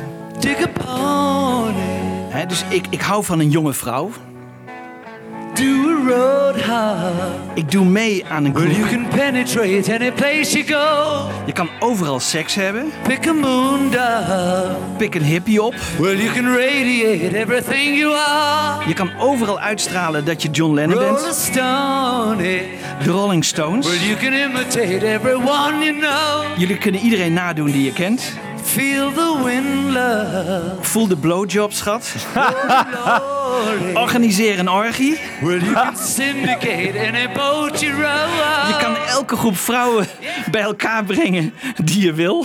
Hè, dus ik, ik hou van een jonge vrouw. Do a road hard. Ik doe mee aan een Well, you can penetrate any place you go. Je kan overal seks hebben. Pick a moon dove. Pik een hippie op. Well, you can radiate everything you are. Je kan overal uitstralen dat je John Lennon bent. Roll a stone. De Rolling Stones. Well, you can imitate everyone you know. Jullie kunnen iedereen nadoen die je kent. Feel the wind, love. Voel de blowjob, schat. Organiseer een orgie. Well, you can syndicate any boat you row. Je kan elke groep vrouwen bij elkaar brengen die je wil.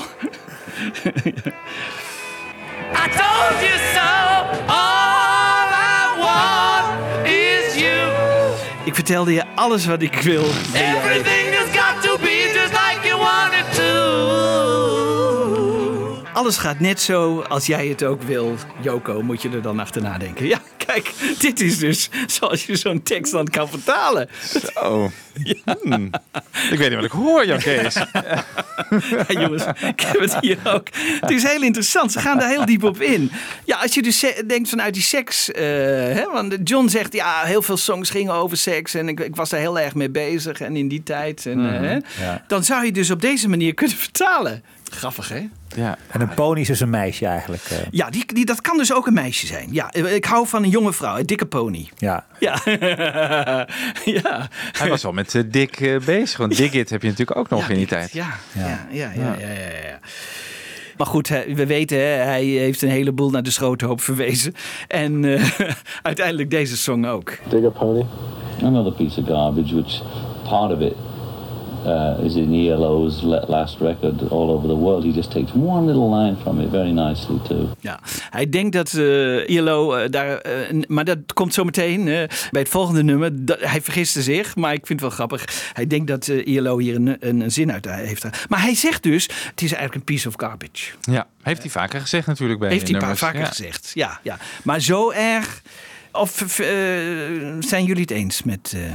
I told you so. All I want is you. Ik vertelde je alles wat ik wil. Everything has got to be just like you want it to. Alles gaat net zo als jij het ook wil. Yoko, moet je er dan achterna denken. Ja, kijk, dit is dus zoals je zo'n tekst dan kan vertalen. Zo. Ja. Hmm. Ik weet niet wat ik hoor, Jan Kees. Ja, jongens, ik heb het hier ook. Het is heel interessant. Ze gaan daar heel diep op in. Ja, als je dus se- denkt vanuit die seks. Uh, hè, want John zegt, ja, heel veel songs gingen over seks. En ik, ik was daar heel erg mee bezig. En in die tijd. En, mm-hmm. uh, ja. Dan zou je dus op deze manier kunnen vertalen. Grappig, hè? Ja. En een pony is dus een meisje eigenlijk. Uh. Ja, die, die, dat kan dus ook een meisje zijn. Ja, ik hou van een jonge vrouw, een dikke pony. Ja. Ja. Ja. Hij was wel met uh, Dick uh, bezig. Want Dig It heb je natuurlijk ook nog ja, in die tijd. Ja, ja, ja, ja, ja, ja, ja, ja. Maar goed, we weten, hij heeft een heleboel naar de schroothoop verwezen. En uh, uiteindelijk deze song ook. Dig a pony. Another piece of garbage, which part of it Uh, is in E L O's last record all over the world. He just takes one little line from it very nicely too. Ja, hij denkt dat uh, E L O uh, daar, uh, maar dat komt zo meteen uh, bij het volgende nummer. Dat, hij vergiste zich, maar ik vind het wel grappig. Hij denkt dat uh, E L O hier een, een, een zin uit heeft. Maar hij zegt dus, het is eigenlijk een piece of garbage. Ja, heeft hij vaker gezegd natuurlijk bij Heeft hij nummers. vaker ja. gezegd, ja, ja. Maar zo erg, of uh, zijn jullie het eens met... Uh,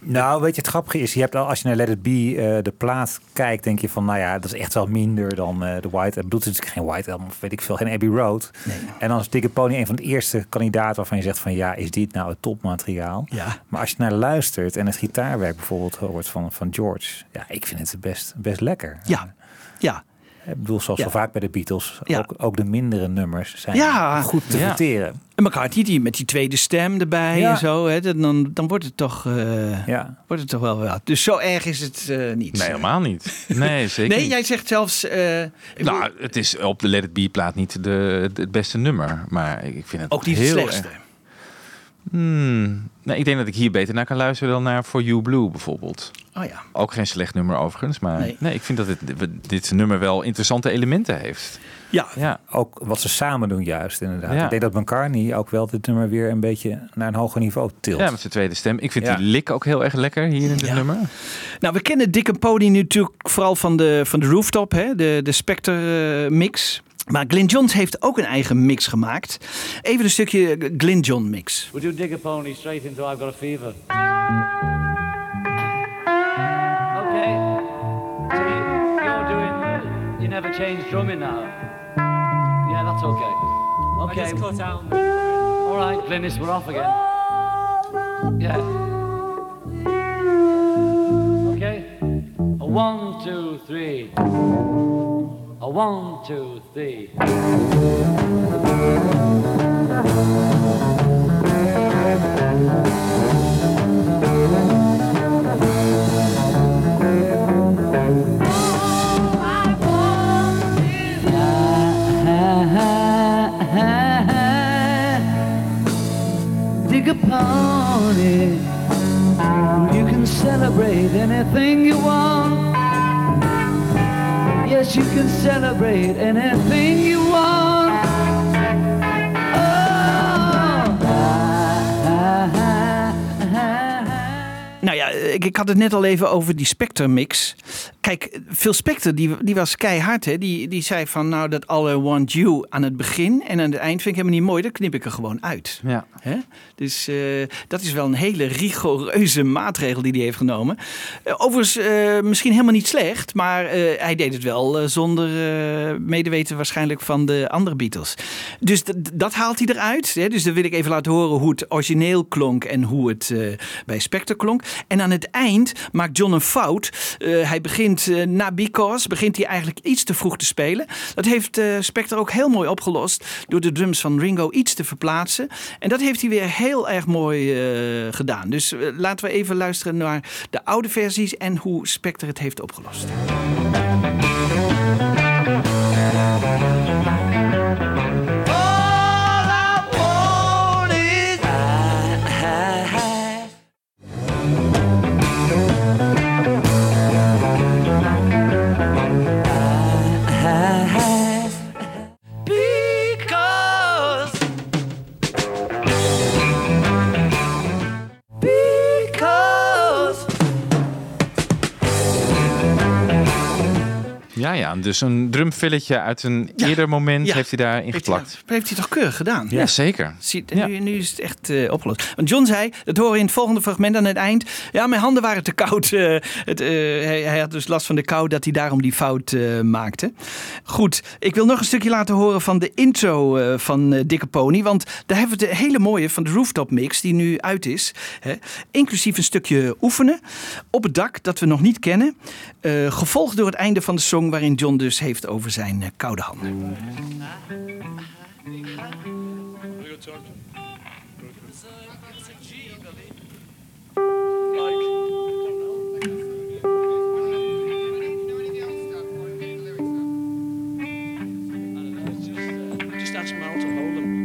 Nou, weet je, het grappige is, je hebt al, als je naar Let It Be, uh, de plaat kijkt, denk je van, nou ja, dat is echt wel minder dan uh, de White. Ik bedoel, het is geen White Album, weet ik veel, geen Abbey Road. Nee. En dan is Dikke Pony een van de eerste kandidaten waarvan je zegt van, ja, is dit nou het topmateriaal? Ja. Maar als je naar luistert en het gitaarwerk bijvoorbeeld hoort van, van George, ja, ik vind het best, best lekker. Ja, ja. Ik bedoel, zoals ja. zo vaak bij de Beatles, ja. ook, ook de mindere nummers zijn ja. goed te ja. verteren. En McCartney die met die tweede stem erbij ja. en zo, hè, dan, dan wordt het toch, uh, ja. wordt het toch wel wat. Dus zo erg is het uh, niet. Nee, helemaal niet. Nee, zeker Nee, niet. jij zegt zelfs... Uh, nou, het is op de Let It Be plaat niet de, de, het beste nummer, maar ik vind het ook niet heel het slechtste. Erg. Hmm, nee, ik denk dat ik hier beter naar kan luisteren dan naar For You Blue bijvoorbeeld. Oh ja. Ook geen slecht nummer overigens, maar nee, nee ik vind dat dit, dit nummer wel interessante elementen heeft. Ja, ja. Ook wat ze samen doen juist inderdaad. Ja. Ik denk dat McCartney ook wel dit nummer weer een beetje naar een hoger niveau tilt. Ja, met zijn tweede stem. Ik vind ja. die lik ook heel erg lekker hier in dit ja. nummer. Nou, we kennen Dikke Pony natuurlijk vooral van de, van de Rooftop, hè? de, de Spectre uh, mix. Maar Glyn Johns heeft ook een eigen mix gemaakt. Even een stukje Glyn John mix. We do Dikke Pony straight into I've Got a Fever. Okay. So you, you're doing the, you never change drumming now. Yeah, that's okay. Okay. I just cut out. All right, Glynis, we're off again. Yeah. Okay. A one, two, three. A one, two, three. Dig a pony. You can celebrate anything you want. Yes, you can celebrate anything you want. Nou ja, ik, ik had het net al even over die Spectre mix. Kijk, Phil Spector, die, die was keihard. Hè? Die, die zei van, nou, dat All I Want You aan het begin en aan het eind vind ik helemaal niet mooi. Dat knip ik er gewoon uit. Ja. Hè? Dus uh, dat is wel een hele rigoureuze maatregel die hij heeft genomen. Uh, overigens, uh, misschien helemaal niet slecht, maar uh, hij deed het wel uh, zonder uh, medeweten waarschijnlijk van de andere Beatles. Dus d- dat haalt hij eruit. Hè? Dus dan wil ik even laten horen hoe het origineel klonk en hoe het uh, bij Spector klonk. En aan het eind maakt John een fout. Uh, hij begint uh, na Because, begint hij eigenlijk iets te vroeg te spelen. Dat heeft uh, Spector ook heel mooi opgelost door de drums van Ringo iets te verplaatsen. En dat heeft hij weer heel erg mooi uh, gedaan. Dus uh, laten we even luisteren naar de oude versies en hoe Spector het heeft opgelost. Ja, ja, dus een drumfilletje uit een ja. eerder moment ja. heeft hij daarin geplakt. Heeft hij, heeft hij toch keurig gedaan? Ja, ja zeker. Ziet, ja. nu, nu is het echt uh, opgelost. Want John zei, dat horen we in het volgende fragment aan het eind. Ja, mijn handen waren te koud. Uh, het, uh, hij, hij had dus last van de kou dat hij daarom die fout uh, maakte. Goed, ik wil nog een stukje laten horen van de intro uh, van uh, Dikke Pony. Want daar hebben we de hele mooie van de Rooftop mix die nu uit is. Hè, inclusief een stukje oefenen op het dak dat we nog niet kennen. Uh, gevolgd door het einde van de song waarin John dus heeft over zijn uh, koude handen. Just ask Mal to hold him.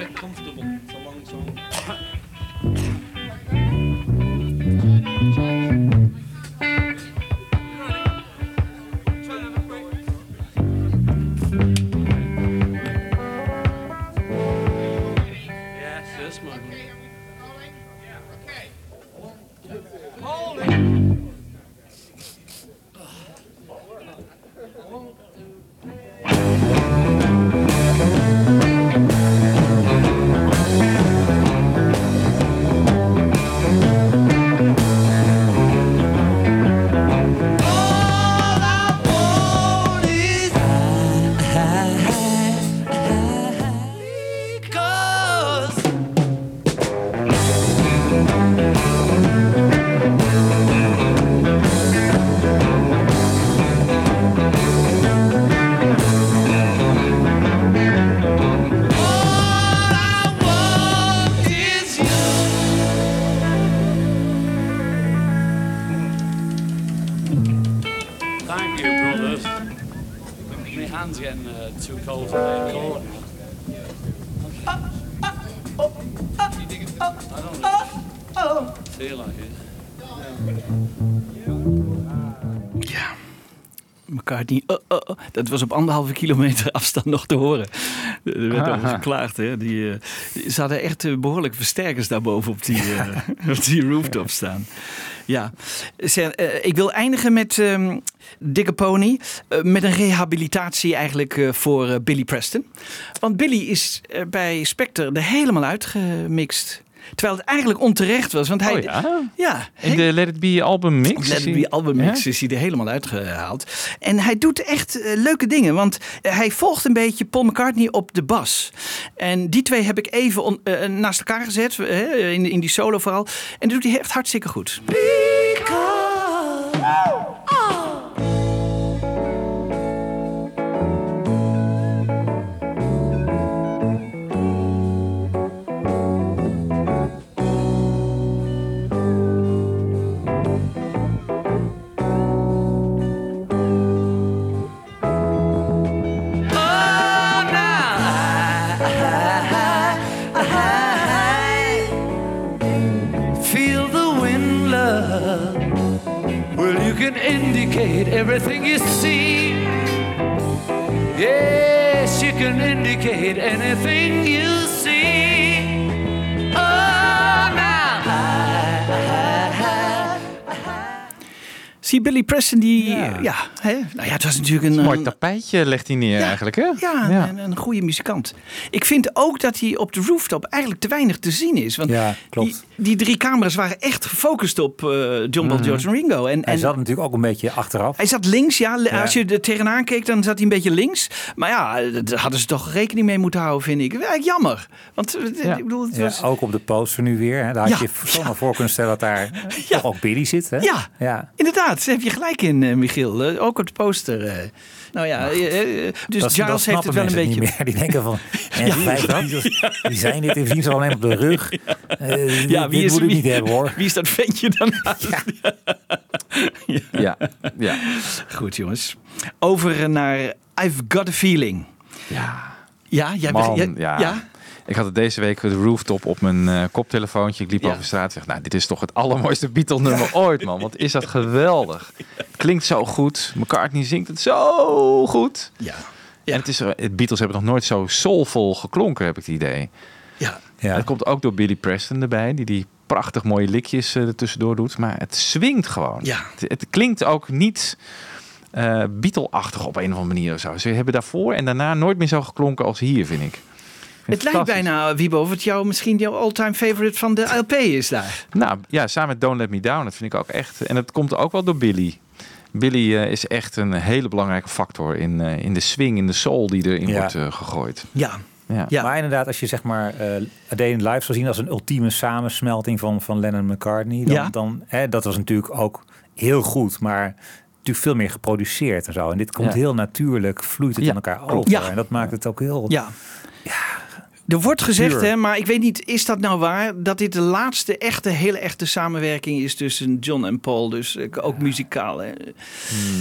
get comfortable. It's a long song. Yes, yes, man. Thank you, brothers. My hand's getting uh, too cold to play a chord now. I don't feel like it. Ja. McCartney, uh, uh, uh, dat was op anderhalve kilometer afstand nog te horen. Er werd over geklaagd. Hè? Die, uh, ze hadden echt uh, behoorlijk versterkers daarboven op die, uh, op die rooftop staan. Ja, Zeg, uh, ik wil eindigen met um, Dikke Pony. Uh, met een rehabilitatie eigenlijk uh, voor uh, Billy Preston. Want Billy is uh, bij Spectre er helemaal uitgemixt. Terwijl het eigenlijk onterecht was. Want hij, oh ja? ja In de Let It Be album mix? Let It Be album mix ja? is hij er helemaal uitgehaald. En hij doet echt uh, leuke dingen. Want uh, hij volgt een beetje Paul McCartney op de bas. En die twee heb ik even on, uh, naast elkaar gezet. Uh, in, in die solo vooral. En dat doet hij echt hartstikke goed. Indicate everything you see. Yes, you can indicate anything you see. Oh, now. Zie Billy Preston die... Ja, ja, hè? Nou ja, het was natuurlijk een... een mooi tapijtje legt hij neer ja, eigenlijk, hè? Ja, ja. Een, een goede muzikant. Ik vind ook dat hij op de rooftop eigenlijk te weinig te zien is. Want ja, klopt. Die, die drie camera's waren echt gefocust op uh, John, Paul, mm. George en Ringo. En, hij en, zat natuurlijk ook een beetje achteraf. Hij zat links, ja. ja. Als je er tegenaan keek, dan zat hij een beetje links. Maar ja, daar hadden ze toch rekening mee moeten houden, vind ik. Eigenlijk jammer. Want ja. ik bedoel, het was... ja, ook op de poster nu weer. Hè. Daar had ja. je zomaar ja. voor kunnen stellen dat daar ja. toch ook Billy zit. Hè? Ja, ja, inderdaad. Daar heb je gelijk in, uh, Michiel. Uh, ook op de poster. Uh. Nou ja, uh, uh, dus dat, Giles dat heeft het wel een beetje... Niet meer. Die denken van, en ja, vijf ja. die zijn dit en zien ze alleen op de rug. Uh, ja, wie dit is, moet ik wie, niet hebben, hoor. Wie is dat ventje dan? Ja. ja. ja, ja. Goed, jongens. Over naar I've Got a Feeling. Ja. Ja, jij Man, begint... Ja. ja? Ik had het deze week de rooftop op mijn uh, koptelefoontje. Ik liep ja. over straat en zeg, nou, dit is toch het allermooiste Beatle-nummer ja. ooit, man. Wat is dat geweldig. Het klinkt zo goed. McCartney zingt het zo goed. Ja. Ja. En het is, het Beatles hebben nog nooit zo soulvol geklonken, heb ik het idee. Ja. Ja. Het komt ook door Billy Preston erbij, die die prachtig mooie likjes uh, er tussendoor doet. Maar het swingt gewoon. Ja. Het, het klinkt ook niet... Uh, Beatle-achtig op een of andere manier of zo. Ze hebben daarvoor en daarna nooit meer zo geklonken als hier, vind ik. Het lijkt bijna, Wiebo, of het jou, misschien jouw all-time favorite van de L P is daar. Nou ja, samen met Don't Let Me Down. Dat vind ik ook echt. En dat komt ook wel door Billy. Billy uh, is echt een hele belangrijke factor in, uh, in de swing, in de soul die erin ja. wordt uh, gegooid. Ja. Ja. ja. Maar inderdaad, als je zeg maar uh, A Day in Life zou zien als een ultieme samensmelting van, van Lennon en McCartney. Dan, ja. dan, hè, dat was natuurlijk ook heel goed, maar... natuurlijk veel meer geproduceerd en zo. En dit komt ja. heel natuurlijk, vloeit het ja. aan elkaar over. Ja. En dat maakt het ook heel... Ja. ja. Er wordt gezegd, hè, maar ik weet niet, is dat nou waar? Dat dit de laatste echte, hele echte samenwerking is tussen John en Paul. Dus ook ja. muzikaal. Hè. Hmm.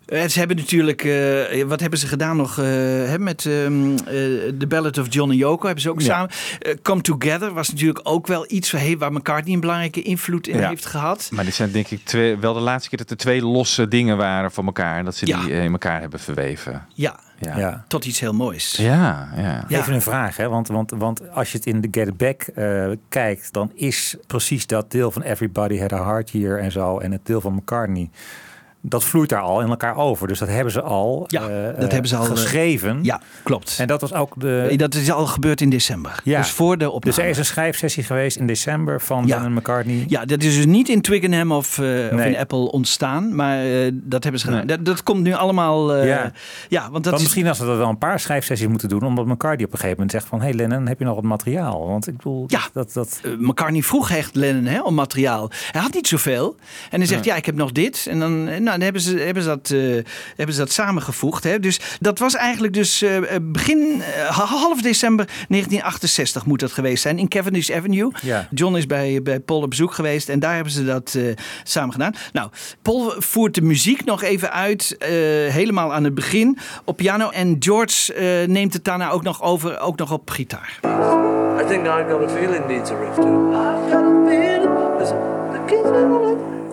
Uh, ze hebben natuurlijk, uh, wat hebben ze gedaan nog uh, hè, met um, uh, The Ballad of John en Yoko hebben ze ook ja. samen. Uh, Come Together was natuurlijk ook wel iets waar, waar McCartney een belangrijke invloed in ja. heeft gehad. Maar dit zijn denk ik twee, wel de laatste keer dat er twee losse dingen waren van elkaar en dat ze ja. die in elkaar hebben verweven. Ja. Ja. ja, tot iets heel moois. Ja, ja. Even een vraag, hè? Want, want, want als je het in de Get It Back uh, kijkt, dan is precies dat deel van Everybody Had a Hard Year en zo en het deel van McCartney, dat vloeit daar al in elkaar over. Dus dat hebben ze al, ja, uh, dat hebben ze al geschreven. Ja, klopt. En dat was ook de... Dat is al gebeurd in december. Ja. Dus voor de opname. Dus er is een schrijfsessie geweest in december van ja. Lennon en McCartney. Ja, dat is dus niet in Twickenham of, uh, nee. of in Apple ontstaan. Maar uh, dat hebben ze gedaan. Nee. Dat, dat komt nu allemaal... Uh, ja. ja, want dat want is... misschien als we dat wel een paar schrijfsessies moeten doen, omdat McCartney op een gegeven moment zegt van, hey Lennon, heb je nog wat materiaal? Want ik bedoel... Ja, dat, dat... Uh, McCartney vroeg echt Lennon hè, om materiaal. Hij had niet zoveel. En hij zegt, ja, ja ik heb nog dit. En dan, nou, dan hebben ze... Hebben ze Dat, uh, hebben ze dat samengevoegd. Hè? Dus dat was eigenlijk dus uh, begin uh, half december negentien achtenzestig moet dat geweest zijn in Cavendish Avenue. Ja. John is bij, bij Paul op bezoek geweest en daar hebben ze dat uh, samen gedaan. Nou, Paul voert de muziek nog even uit, uh, helemaal aan het begin op piano en George uh, neemt het daarna ook nog over, ook nog op gitaar. I think I've got a feeling needs a riff too. I've got a feeling there's the kids are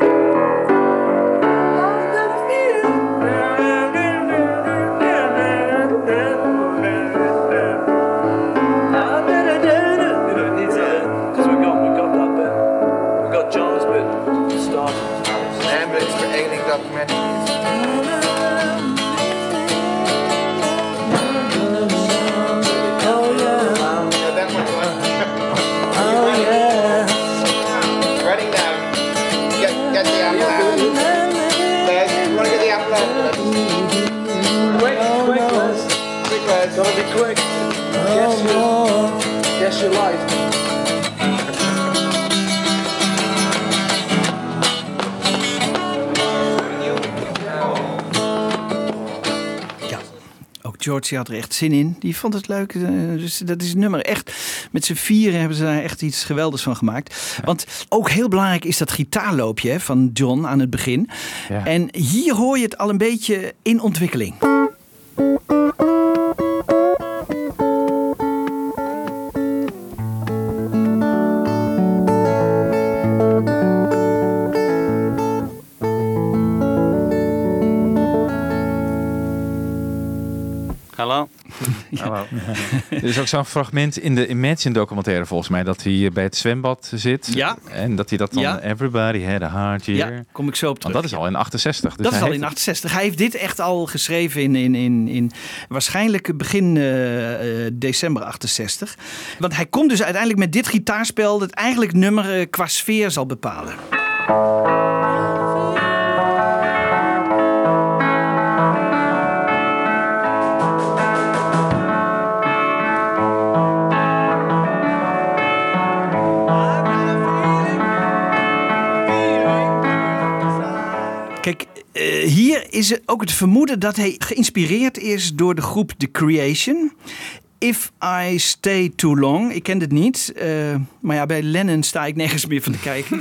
Gotta be quick. Guess your, guess your life. Ja, ook George had er echt zin in. Die vond het leuk. Dus dat is het nummer echt. Met z'n vieren hebben ze daar echt iets geweldigs van gemaakt. Want ook heel belangrijk is dat gitaarloopje hè, van John aan het begin. Ja. En hier hoor je het al een beetje in ontwikkeling. Hallo. Hallo. Er is ook zo'n fragment in de Imagine documentaire volgens mij dat hij bij het zwembad zit. Ja. En dat hij dat dan ja. Everybody Had a Hard Year. Ja, kom ik zo op terug. Want dat is al in achtenzestig. Dus dat is al in heeft... achtenzestig. Hij heeft dit echt al geschreven in, in, in, in waarschijnlijk begin uh, uh, december achtenzestig. Want hij komt dus uiteindelijk met dit gitaarspel dat eigenlijk het nummer uh, qua sfeer zal bepalen. Kijk, uh, hier is het ook het vermoeden dat hij geïnspireerd is door de groep The Creation. If I Stay Too Long. Ik ken het niet. Uh, maar ja, bij Lennon sta ik nergens meer van te kijken.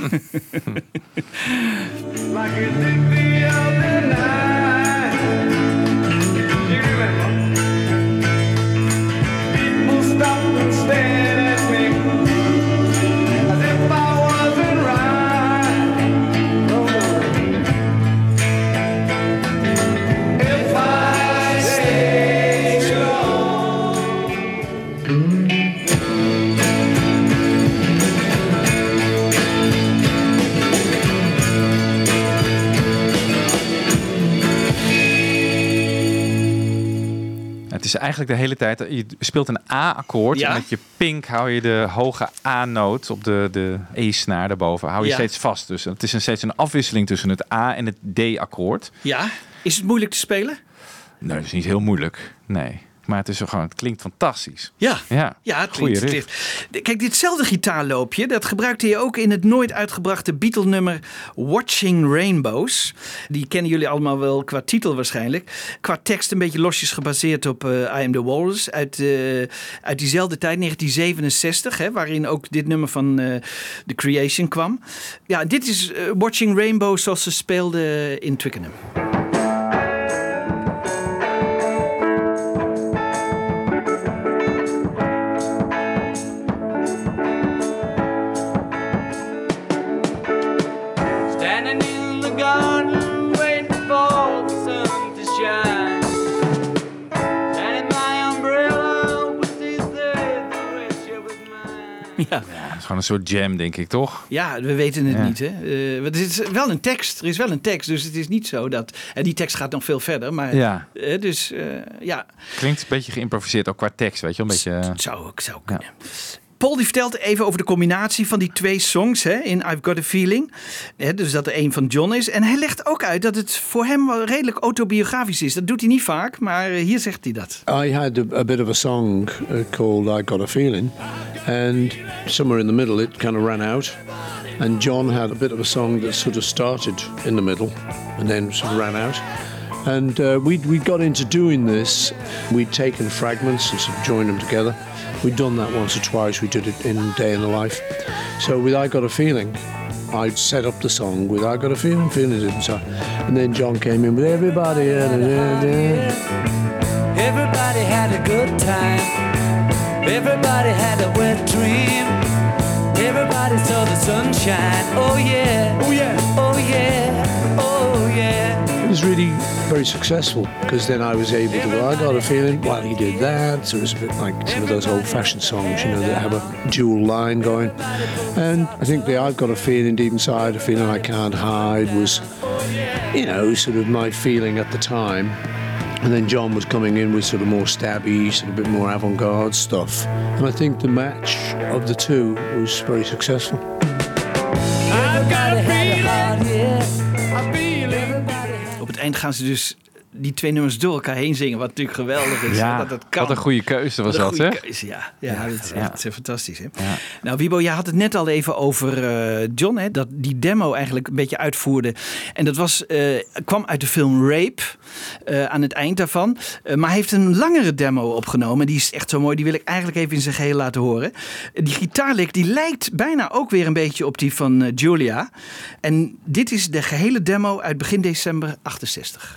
Het is eigenlijk de hele tijd, je speelt een A-akkoord ja? en met je pink hou je de hoge A-noot op de, de E-snaar daarboven. Hou je ja. steeds vast. Dus het is een, steeds een afwisseling tussen het A- en het D-akkoord. Ja, is het moeilijk te spelen? Nee, dat is niet heel moeilijk. Nee. Maar het is zo gewoon, het klinkt fantastisch. Ja, ja. ja het klinkt, het klinkt. Kijk, ditzelfde gitaarloopje, dat gebruikte je ook in het nooit uitgebrachte Beatle-nummer Watching Rainbows. Die kennen jullie allemaal wel qua titel waarschijnlijk. Qua tekst een beetje losjes gebaseerd op uh, I Am The Walrus uit, uh, uit diezelfde tijd, negentien zevenenzestig, hè, waarin ook dit nummer van uh, The Creation kwam. Ja, dit is uh, Watching Rainbows zoals ze speelden in Twickenham. Ja. Het is gewoon een soort jam, denk ik, toch? Ja, we weten het Ja. niet. Hè? Uh, het is wel een tekst. Er is wel een tekst, dus het is niet zo dat... En die tekst gaat nog veel verder, maar... Ja. Uh, dus, uh, ja... Klinkt een beetje geïmproviseerd, ook qua tekst, weet je wel? Een beetje... Het zou ook zou kunnen. Ja. Paul die vertelt even over de combinatie van die twee songs hè, in I've Got a Feeling. Hè, dus dat er een van John is. En hij legt ook uit dat het voor hem wel redelijk autobiografisch is. Dat doet hij niet vaak, maar hier zegt hij dat. I had a, a bit of a song uh, called I Got a Feeling. And somewhere in the middle it kind of ran out. And John had a bit of a song that sort of started in the middle and then sort of ran out. And uh, we we got into doing this. We'd taken fragments and sort of joined them together. We'd done that once or twice. We did it in Day in the Life. So with I Got a Feeling, I'd set up the song with I Got a Feeling, feeling it inside. And then John came in with everybody. Everybody had a good time. Everybody had a wet dream. Everybody saw the sunshine. Oh yeah. Oh yeah. Oh yeah. Oh yeah. It was really very successful because then I was able to go, I got a feeling while he did that. So it was a bit like some of those old-fashioned songs, you know, that have a dual line going. And I think the I've Got a Feeling Deep Inside, a feeling I can't hide was, you know, sort of my feeling at the time. And then John was coming in with sort of more stabby, sort of a bit more avant-garde stuff. And I think the match of the two was very successful. I've got a feeling. Op het eind gaan ze dus die twee nummers door elkaar heen zingen. Wat natuurlijk geweldig is. Ja, dat dat kan. wat een goede keuze was dat, hè? Een goede keuze, ja. Ja, ja, dat is echt ja. fantastisch, hè? Ja. Nou, Wiebo, je had het net al even over uh, John, hè? Dat die demo eigenlijk een beetje uitvoerde. En dat was, uh, kwam uit de film Rape, uh, aan het eind daarvan. Uh, maar hij heeft een langere demo opgenomen. Die is echt zo mooi. Die wil ik eigenlijk even in zijn geheel laten horen. Die gitaarlick, die lijkt bijna ook weer een beetje op die van uh, Julia. En dit is de gehele demo uit begin december achtenzestig.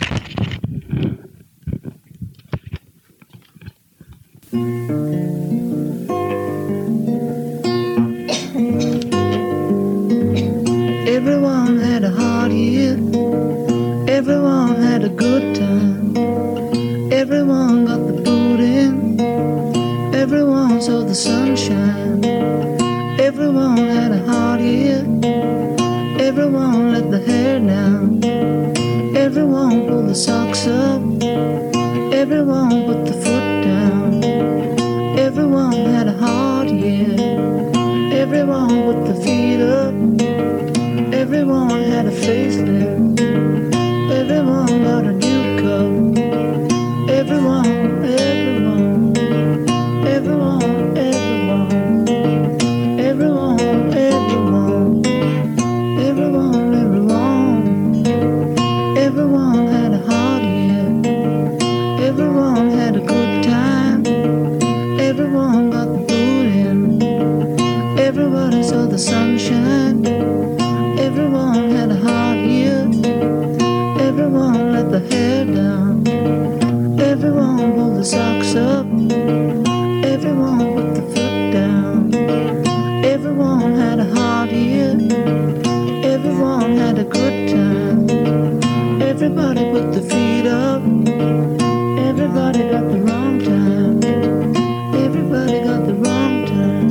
Everyone had a hard year. Everyone had a good time. Everyone got the boot in. Everyone saw the sunshine. Everyone had a hard year. Everyone let the hair down. Everyone pulled the socks up. Everyone put the foot down. Everyone had a hard year. Everyone put the feet up. Everyone had a facelift. Everyone got a new cup. Everyone, everyone, everyone, everyone, everyone, everyone, everyone, everyone, everyone had a hard year. Everyone had a good time. Everyone got the boot in. Everybody saw the sunshine. Everyone had a hard year. Everyone let the hair down. Everyone pulled the socks up. Everyone put the foot down. Everyone had a hard year. Everyone had a good time. Everybody put the feet up. Everybody got the wrong time. Everybody got the wrong time.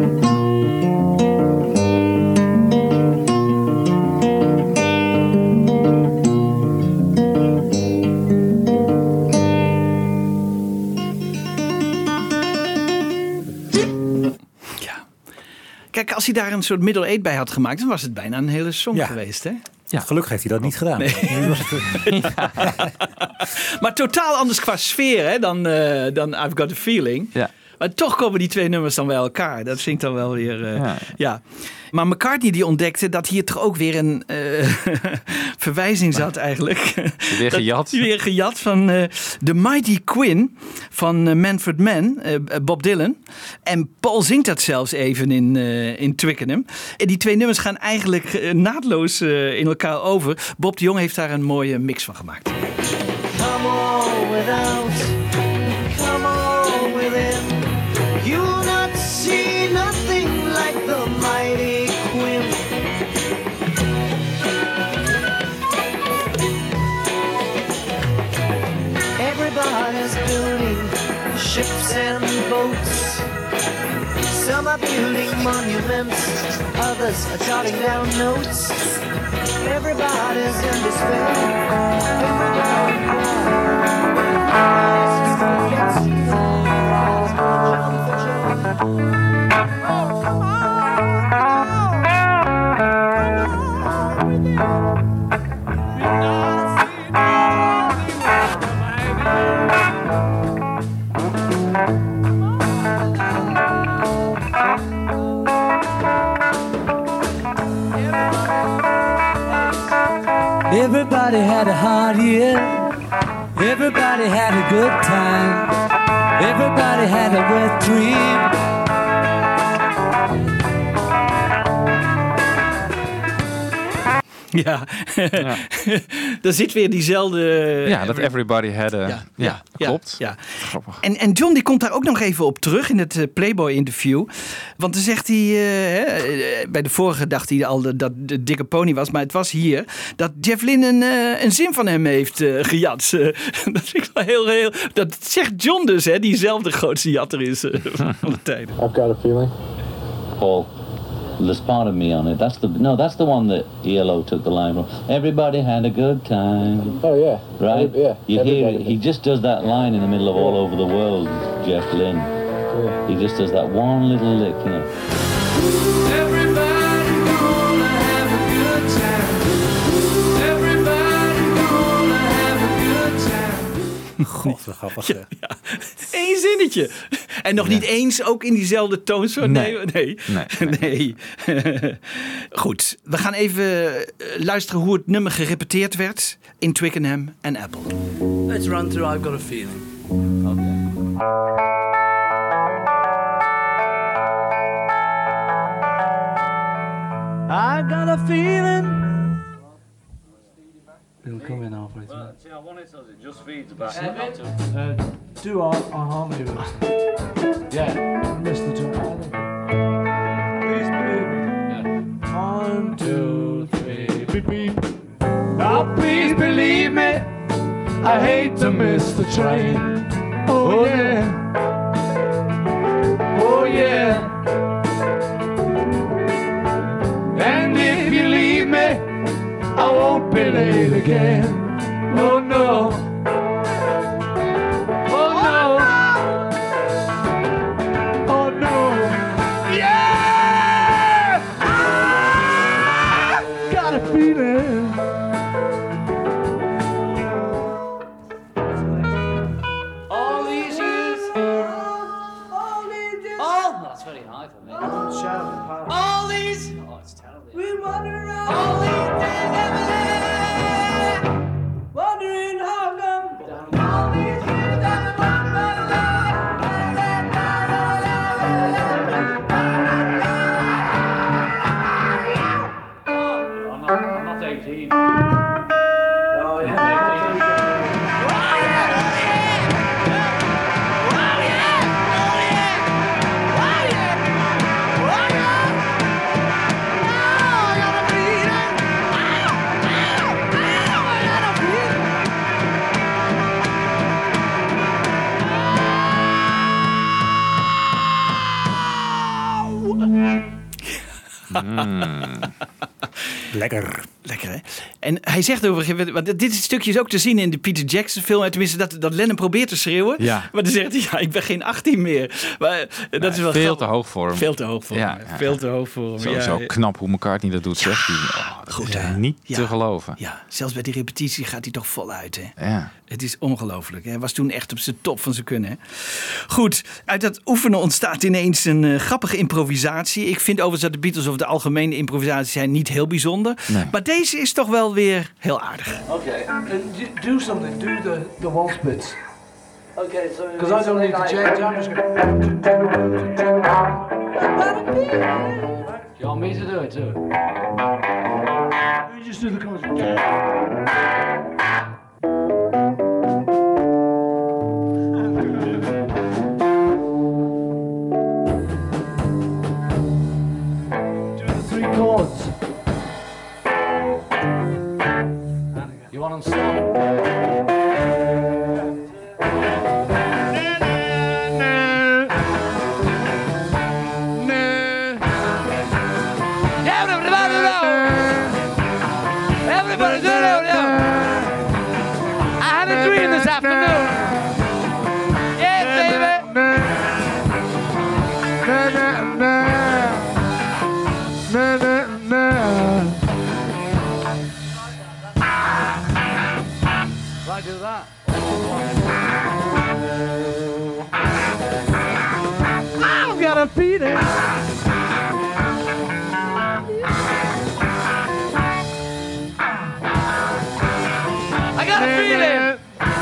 Kijk, als hij daar een soort middle eight bij had gemaakt, dan was het bijna een hele song ja. geweest, hè? Ja, gelukkig heeft hij dat niet gedaan. Nee. ja. Maar totaal anders qua sfeer, hè, dan, uh, dan I've Got a Feeling. Ja. Maar toch komen die twee nummers dan bij elkaar. Dat vind ik dan wel weer... Uh, ja. ja. Maar McCartney die ontdekte dat hier toch ook weer een uh, verwijzing zat eigenlijk. Weer gejat. Dat, weer gejat van uh, The Mighty Quinn van uh, Manfred Mann, uh, Bob Dylan. En Paul zingt dat zelfs even in, uh, in Twickenham. En die twee nummers gaan eigenlijk uh, naadloos uh, in elkaar over. Bob de Jong heeft daar een mooie mix van gemaakt. Come on without, come on within. You'll not see nothing like the mighty Quinn. Everybody's building ships and boats, Some are building monuments, others are jotting down notes. Everybody's in despair. Everybody had a hard year. Everybody had a good time. Everybody had a wet dream. Ja, ja. Daar zit weer diezelfde... Ja, dat everybody had a... Ja, ja, ja klopt. Ja. En, en John die komt daar ook nog even op terug in het Playboy-interview. Want dan zegt hij... Uh, bij de vorige dacht hij al dat de dikke pony was. Maar het was hier dat Jeff Lynne een, uh, een zin van hem heeft uh, gejat. Uh, dat vind ik wel heel, heel... Dat zegt John dus, hè, diezelfde grootste jatter is uh, van de tijden. I've got a feeling. Paul. There's part of me on it. That's the no. That's the one that E L O took the line from. Everybody had a good time. Oh yeah, right. Every, yeah. You Everybody hear it. did. He just does that line in the middle of All Over the World, Jeff Lynne. Yeah. He just does that one little lick, you know. Everybody gonna have a good time. Everybody gonna have a good time. God, wat grappig. Ja, ja. Eén zinnetje. En nog ja. niet eens ook in diezelfde toonsoort. Nee, nee. nee. nee. nee. Goed, we gaan even luisteren hoe het nummer gerepeteerd werd in Twickenham en Apple. Let's run through I've Got a Feeling. Okay. I got a feeling. It'll come in halfway through. See how one it does, it just feeds back. Uh, do our, our harmony verse. Yeah. Miss the tone. Please believe me. Yeah. One, two, three, beep, beep. Now please believe me. I hate to miss the train. Oh yeah. Oh yeah. And if you leave me, I won't be late again. Oh no. Oh no. Oh no. Yeah! I got a feeling. All these years. All these years. Oh, that's very high for me. All these. Oh, it's terrible. We wander around. All these days, Emily. Wondering how come. All these years, I've been I'm not, I'm not eighteen. Oh, yeah. Mm. Lekker. Lekker, hè? En hij zegt over... Want dit stukje is ook te zien in de Peter Jackson film. Tenminste, dat, dat Lennon probeert te schreeuwen. Ja. Maar dan zegt hij, ja, ik ben geen achttien meer. Maar dat ja, is wel veel grappig. te hoog voor hem. Veel te hoog voor ja, hem. Ja, veel ja. te hoog voor hem. Sowieso ja, knap hoe McCartney dat doet, zegt hij. Oh, dat goed, is hè? niet Ja. te geloven. Ja, zelfs bij die repetitie gaat hij toch voluit, hè? Ja. Het is ongelooflijk. Hij was toen echt op zijn top van zijn kunnen. Hè? Goed, uit dat oefenen ontstaat ineens een uh, grappige improvisatie. Ik vind overigens dat de Beatles over de algemene improvisaties zijn niet heel bijzonder. Nee. Maar deze is toch wel weer heel aardig. Okay. Do something. Do the, the waltz bits. Okay, so... Because I don't need to change. I'm just going You want me to do it too? You just do the chorus. Do the three chords. You want them slow? Na na na. Na na na. Right, do that. I've got a feeling. I got a feeling.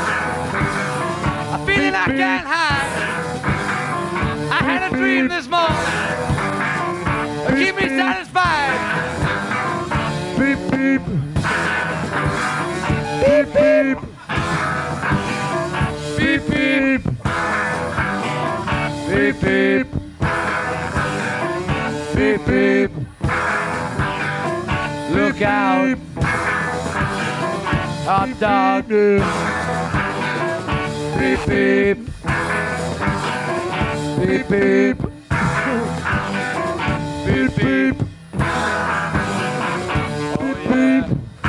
A feeling I can't hide. I had a dream this morning. To keep me satisfied. Beep beep. Beep beep. Beep beep. Beep beep. Beep beep. Look out. Hot dog. Beep beep. Beep beep. Beep beep. Beep beep.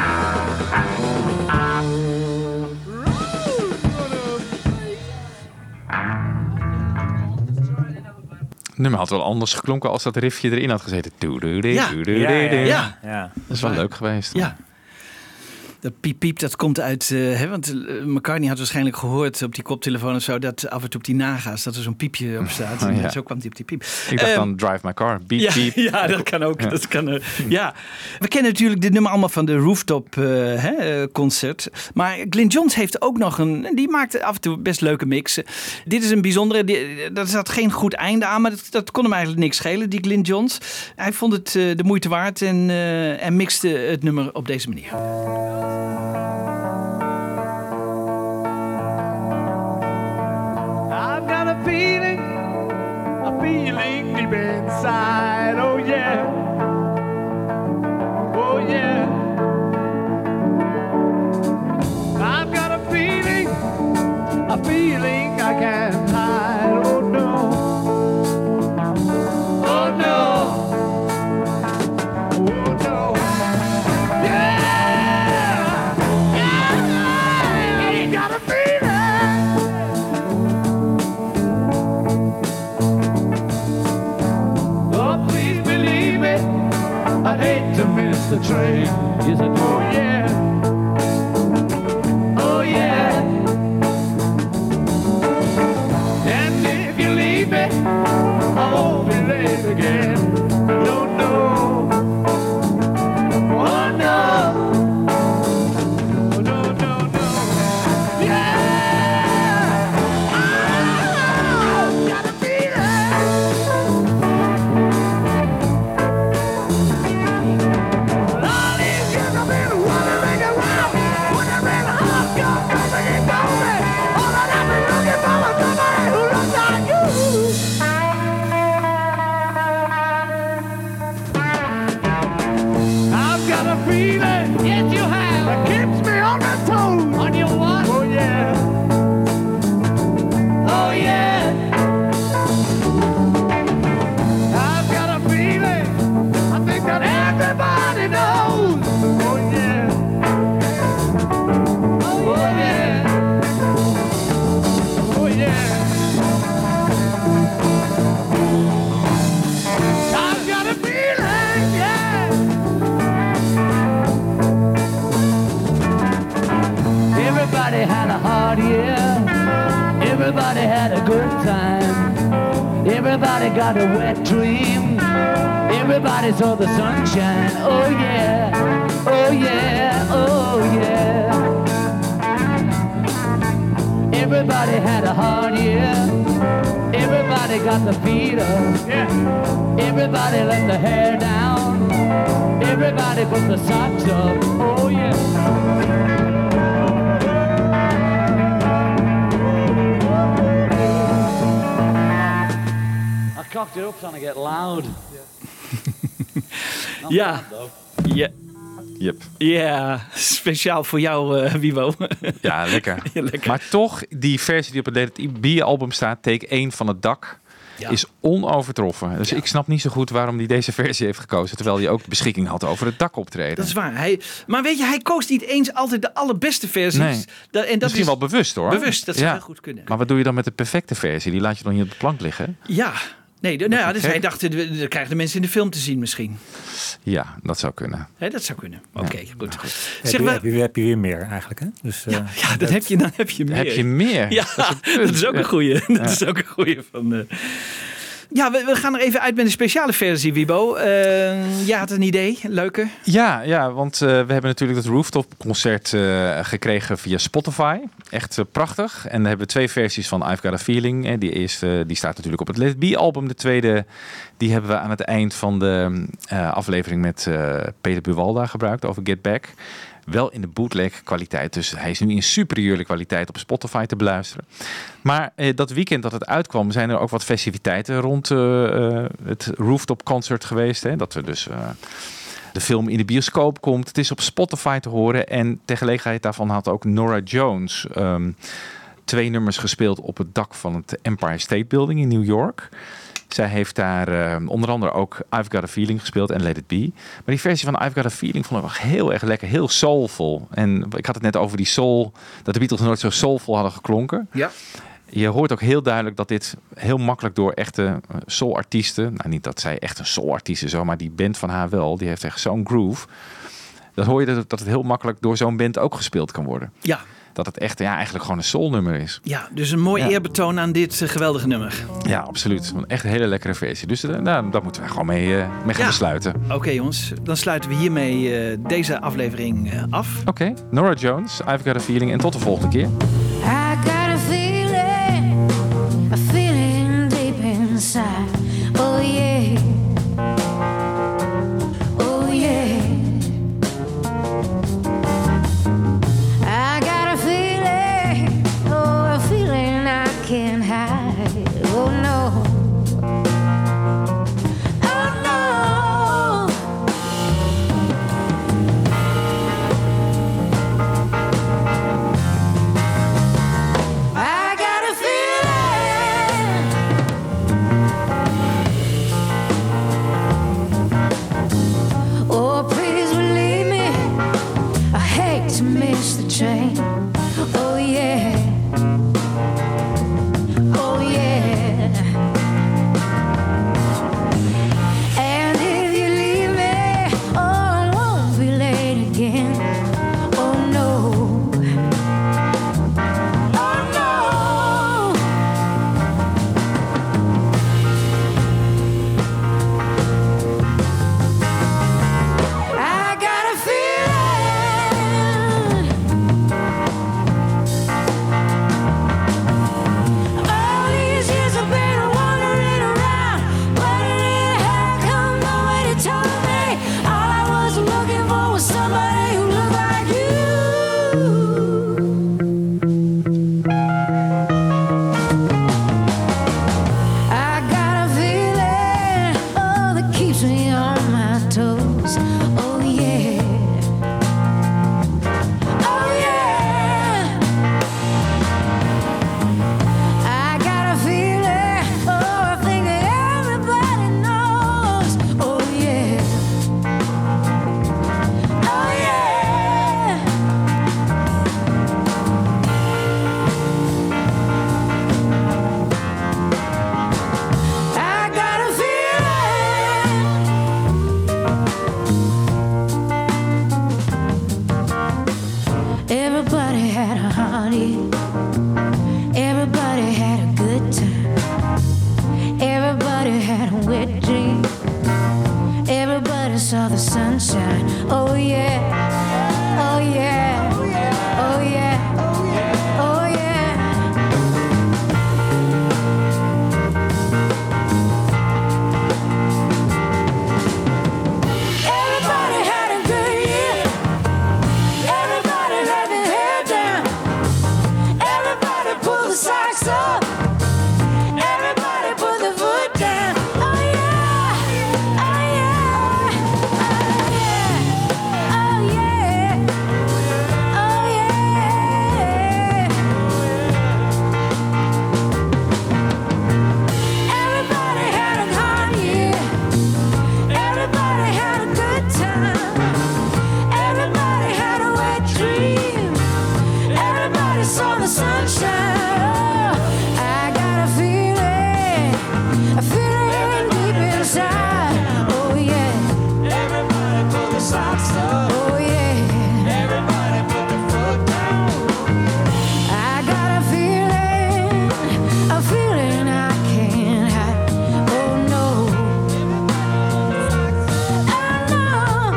Het nummer had wel anders geklonken als dat riffje erin had gezeten. Ja. Ja, Ja. Ja. Dat is wel leuk geweest. Ja. Dat piep piep, dat komt uit... Uh, hè, want uh, McCartney had waarschijnlijk gehoord op die koptelefoon of zo... dat af en toe op die naga's, dat er zo'n piepje op staat. Oh, ja. En zo kwam hij op die piep. Ik dacht Uh, dan Drive My Car. Beep, ja, beep. ja, dat kan ook. Ja. Dat kan, uh, ja. We kennen natuurlijk dit nummer allemaal van de Rooftop uh, hè, uh, concert. Maar Glyn Johns heeft ook nog een... Die maakt af en toe best leuke mixen. Dit is een bijzondere... Die, daar zat geen goed einde aan, maar dat, dat kon hem eigenlijk niks schelen, die Glyn Johns. Hij vond het uh, de moeite waard en, uh, en mixte het nummer op deze manier. I've got a feeling, a feeling deep inside. Oh yeah, oh yeah. I've got a feeling, a feeling I can't hide. Oh no, oh no, oh no. Yeah, yeah, I've got a feeling. I'd hate to miss the train. Yes, I do. Oh yeah. Oh yeah. And if you leave me, I won't be late again. No, no. Oh no. Oh no, no, no. Yeah. Oh, gotta be there. I've got a feeling, yes you have, that keeps me on my toes. On your what? Oh yeah. Oh yeah. I've got a feeling, I think that everybody knows. Oh yeah. Oh yeah. Oh yeah. I've got a feeling, yeah. Everybody had a hard year. Everybody had a good time. Everybody got a wet dream. Everybody saw the sunshine. Oh yeah, oh yeah, oh yeah. Everybody had a hard year. Everybody got the feet up. Yeah. Everybody let the hair down. Everybody put the socks up. Oh yeah. I cocked it up trying to get loud. Ja. Ja. Yep. Ja, speciaal voor jou, uh, Wibo. Ja, lekker. Ja, lekker. Maar toch, die versie die op het Let It Be album staat, take één van het dak, ja, is onovertroffen. Dus ja, ik snap niet zo goed waarom hij deze versie heeft gekozen, terwijl hij ook de beschikking had over het dak optreden. Dat is waar. Hij, maar weet je, hij koos niet eens altijd de allerbeste versies. Nee. Dat, en dat Misschien is wel bewust hoor. Bewust, dat zou ja, heel goed kunnen. Maar wat doe je dan met de perfecte versie? Die laat je dan niet op de plank liggen? Ja, Nee, de, nou ja, dus hij dacht, dat krijgen de mensen in de film te zien misschien. Ja, dat zou kunnen. Hè, dat zou kunnen. Oké, okay, goed. Nou, goed. Zeg heb, je, maar, heb, je, heb je weer meer eigenlijk, hè? Dus, uh, ja, ja, dan heb je, dan heb je meer. Heb je meer? Ja, dat is, dat is ook een goeie. Ja. Dat is ook een goeie van... Uh... Ja, we, we gaan er even uit met een speciale versie, Wibo. Uh, jij had een idee, leuke? Ja, ja want uh, we hebben natuurlijk dat Rooftop concert uh, gekregen via Spotify. Echt uh, prachtig. En dan hebben we twee versies van I've Got a Feeling. Hè. Die eerste die staat natuurlijk op het Let It Be album. De tweede die hebben we aan het eind van de uh, aflevering met uh, Peter Buwalda gebruikt over Get Back. Wel in de bootleg kwaliteit. Dus hij is nu in superieure kwaliteit op Spotify te beluisteren. Maar eh, dat weekend dat het uitkwam zijn er ook wat festiviteiten rond uh, uh, het Rooftop concert geweest. Hè? Dat er dus uh, de film in de bioscoop komt. Het is op Spotify te horen. En ter gelegenheid daarvan had ook Norah Jones um, twee nummers gespeeld op het dak van het Empire State Building in New York. Zij heeft daar uh, onder andere ook I've Got a Feeling gespeeld en Let It Be. Maar die versie van I've Got a Feeling vond ik wel heel erg lekker. Heel soulful. En ik had het net over die soul. Dat de Beatles nooit zo soulful hadden geklonken. Ja. Je hoort ook heel duidelijk dat dit heel makkelijk door echte soulartiesten. Nou, niet dat zij echt een soulartiest is, maar die band van haar wel. Die heeft echt zo'n groove. Dan hoor je dat het heel makkelijk door zo'n band ook gespeeld kan worden. Ja. Dat het echt ja, eigenlijk gewoon een soulnummer is. Ja, dus een mooi ja. eerbetoon aan dit uh, geweldige nummer. Ja, absoluut. Echt een hele lekkere versie. Dus uh, nou, daar moeten we gewoon mee, uh, mee gaan ja. besluiten. Oké okay, jongens, dan sluiten we hiermee uh, deze aflevering uh, af. Oké, okay. Norah Jones, I've Got a Feeling en tot de volgende keer. I got a feeling, a feeling deep inside. Oh yeah, oh yeah. I got a feeling, oh a feeling I can't hide. Oh no, oh no. I got a feeling. Oh, please believe me, I hate to miss the train. Oh yeah, oh yeah. And if you leave me, oh, I won't be late again. Oh no, oh no. I got a feeling. All these years I've been wandering around, wondering how come nobody told me. All I was looking for was somebody who looked like you. I got a feeling, oh, that keeps me on my toes. Oh yeah, oh yeah. I got a feeling, oh, I think that everybody knows. Oh yeah, oh yeah. I got a feeling. Everybody had a honey. Everybody had a good time. Everybody had a wet dream. Everybody saw the sunshine. Oh yeah, oh yeah, oh yeah, oh yeah. Everybody had a good year. Everybody had their hair down. Everybody pull the socks up. Everybody put the foot down. Oh yeah, oh yeah, oh yeah, oh side. Oh yeah. Everybody pull the socks up. Oh yeah. Everybody put the foot down. I got a feeling, a feeling I can't hide. Oh no. Oh no.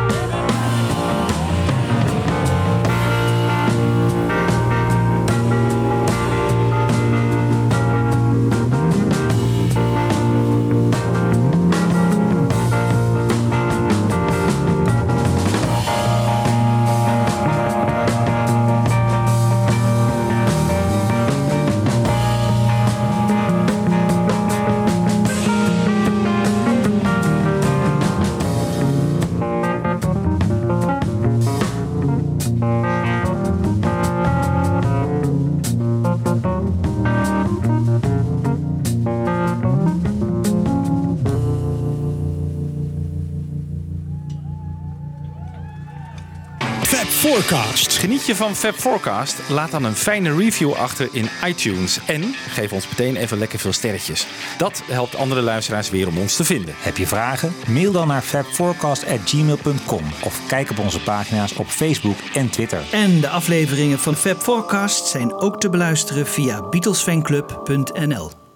Fab Forecast. Geniet je van Fab Forecast? Laat dan een fijne review achter in iTunes. En geef ons meteen even lekker veel sterretjes. Dat helpt andere luisteraars weer om ons te vinden. Heb je vragen? Mail dan naar fab forecast at gmail dot com of kijk op onze pagina's op Facebook en Twitter. En de afleveringen van Fab Forecast zijn ook te beluisteren via beatlesfanclub punt n l.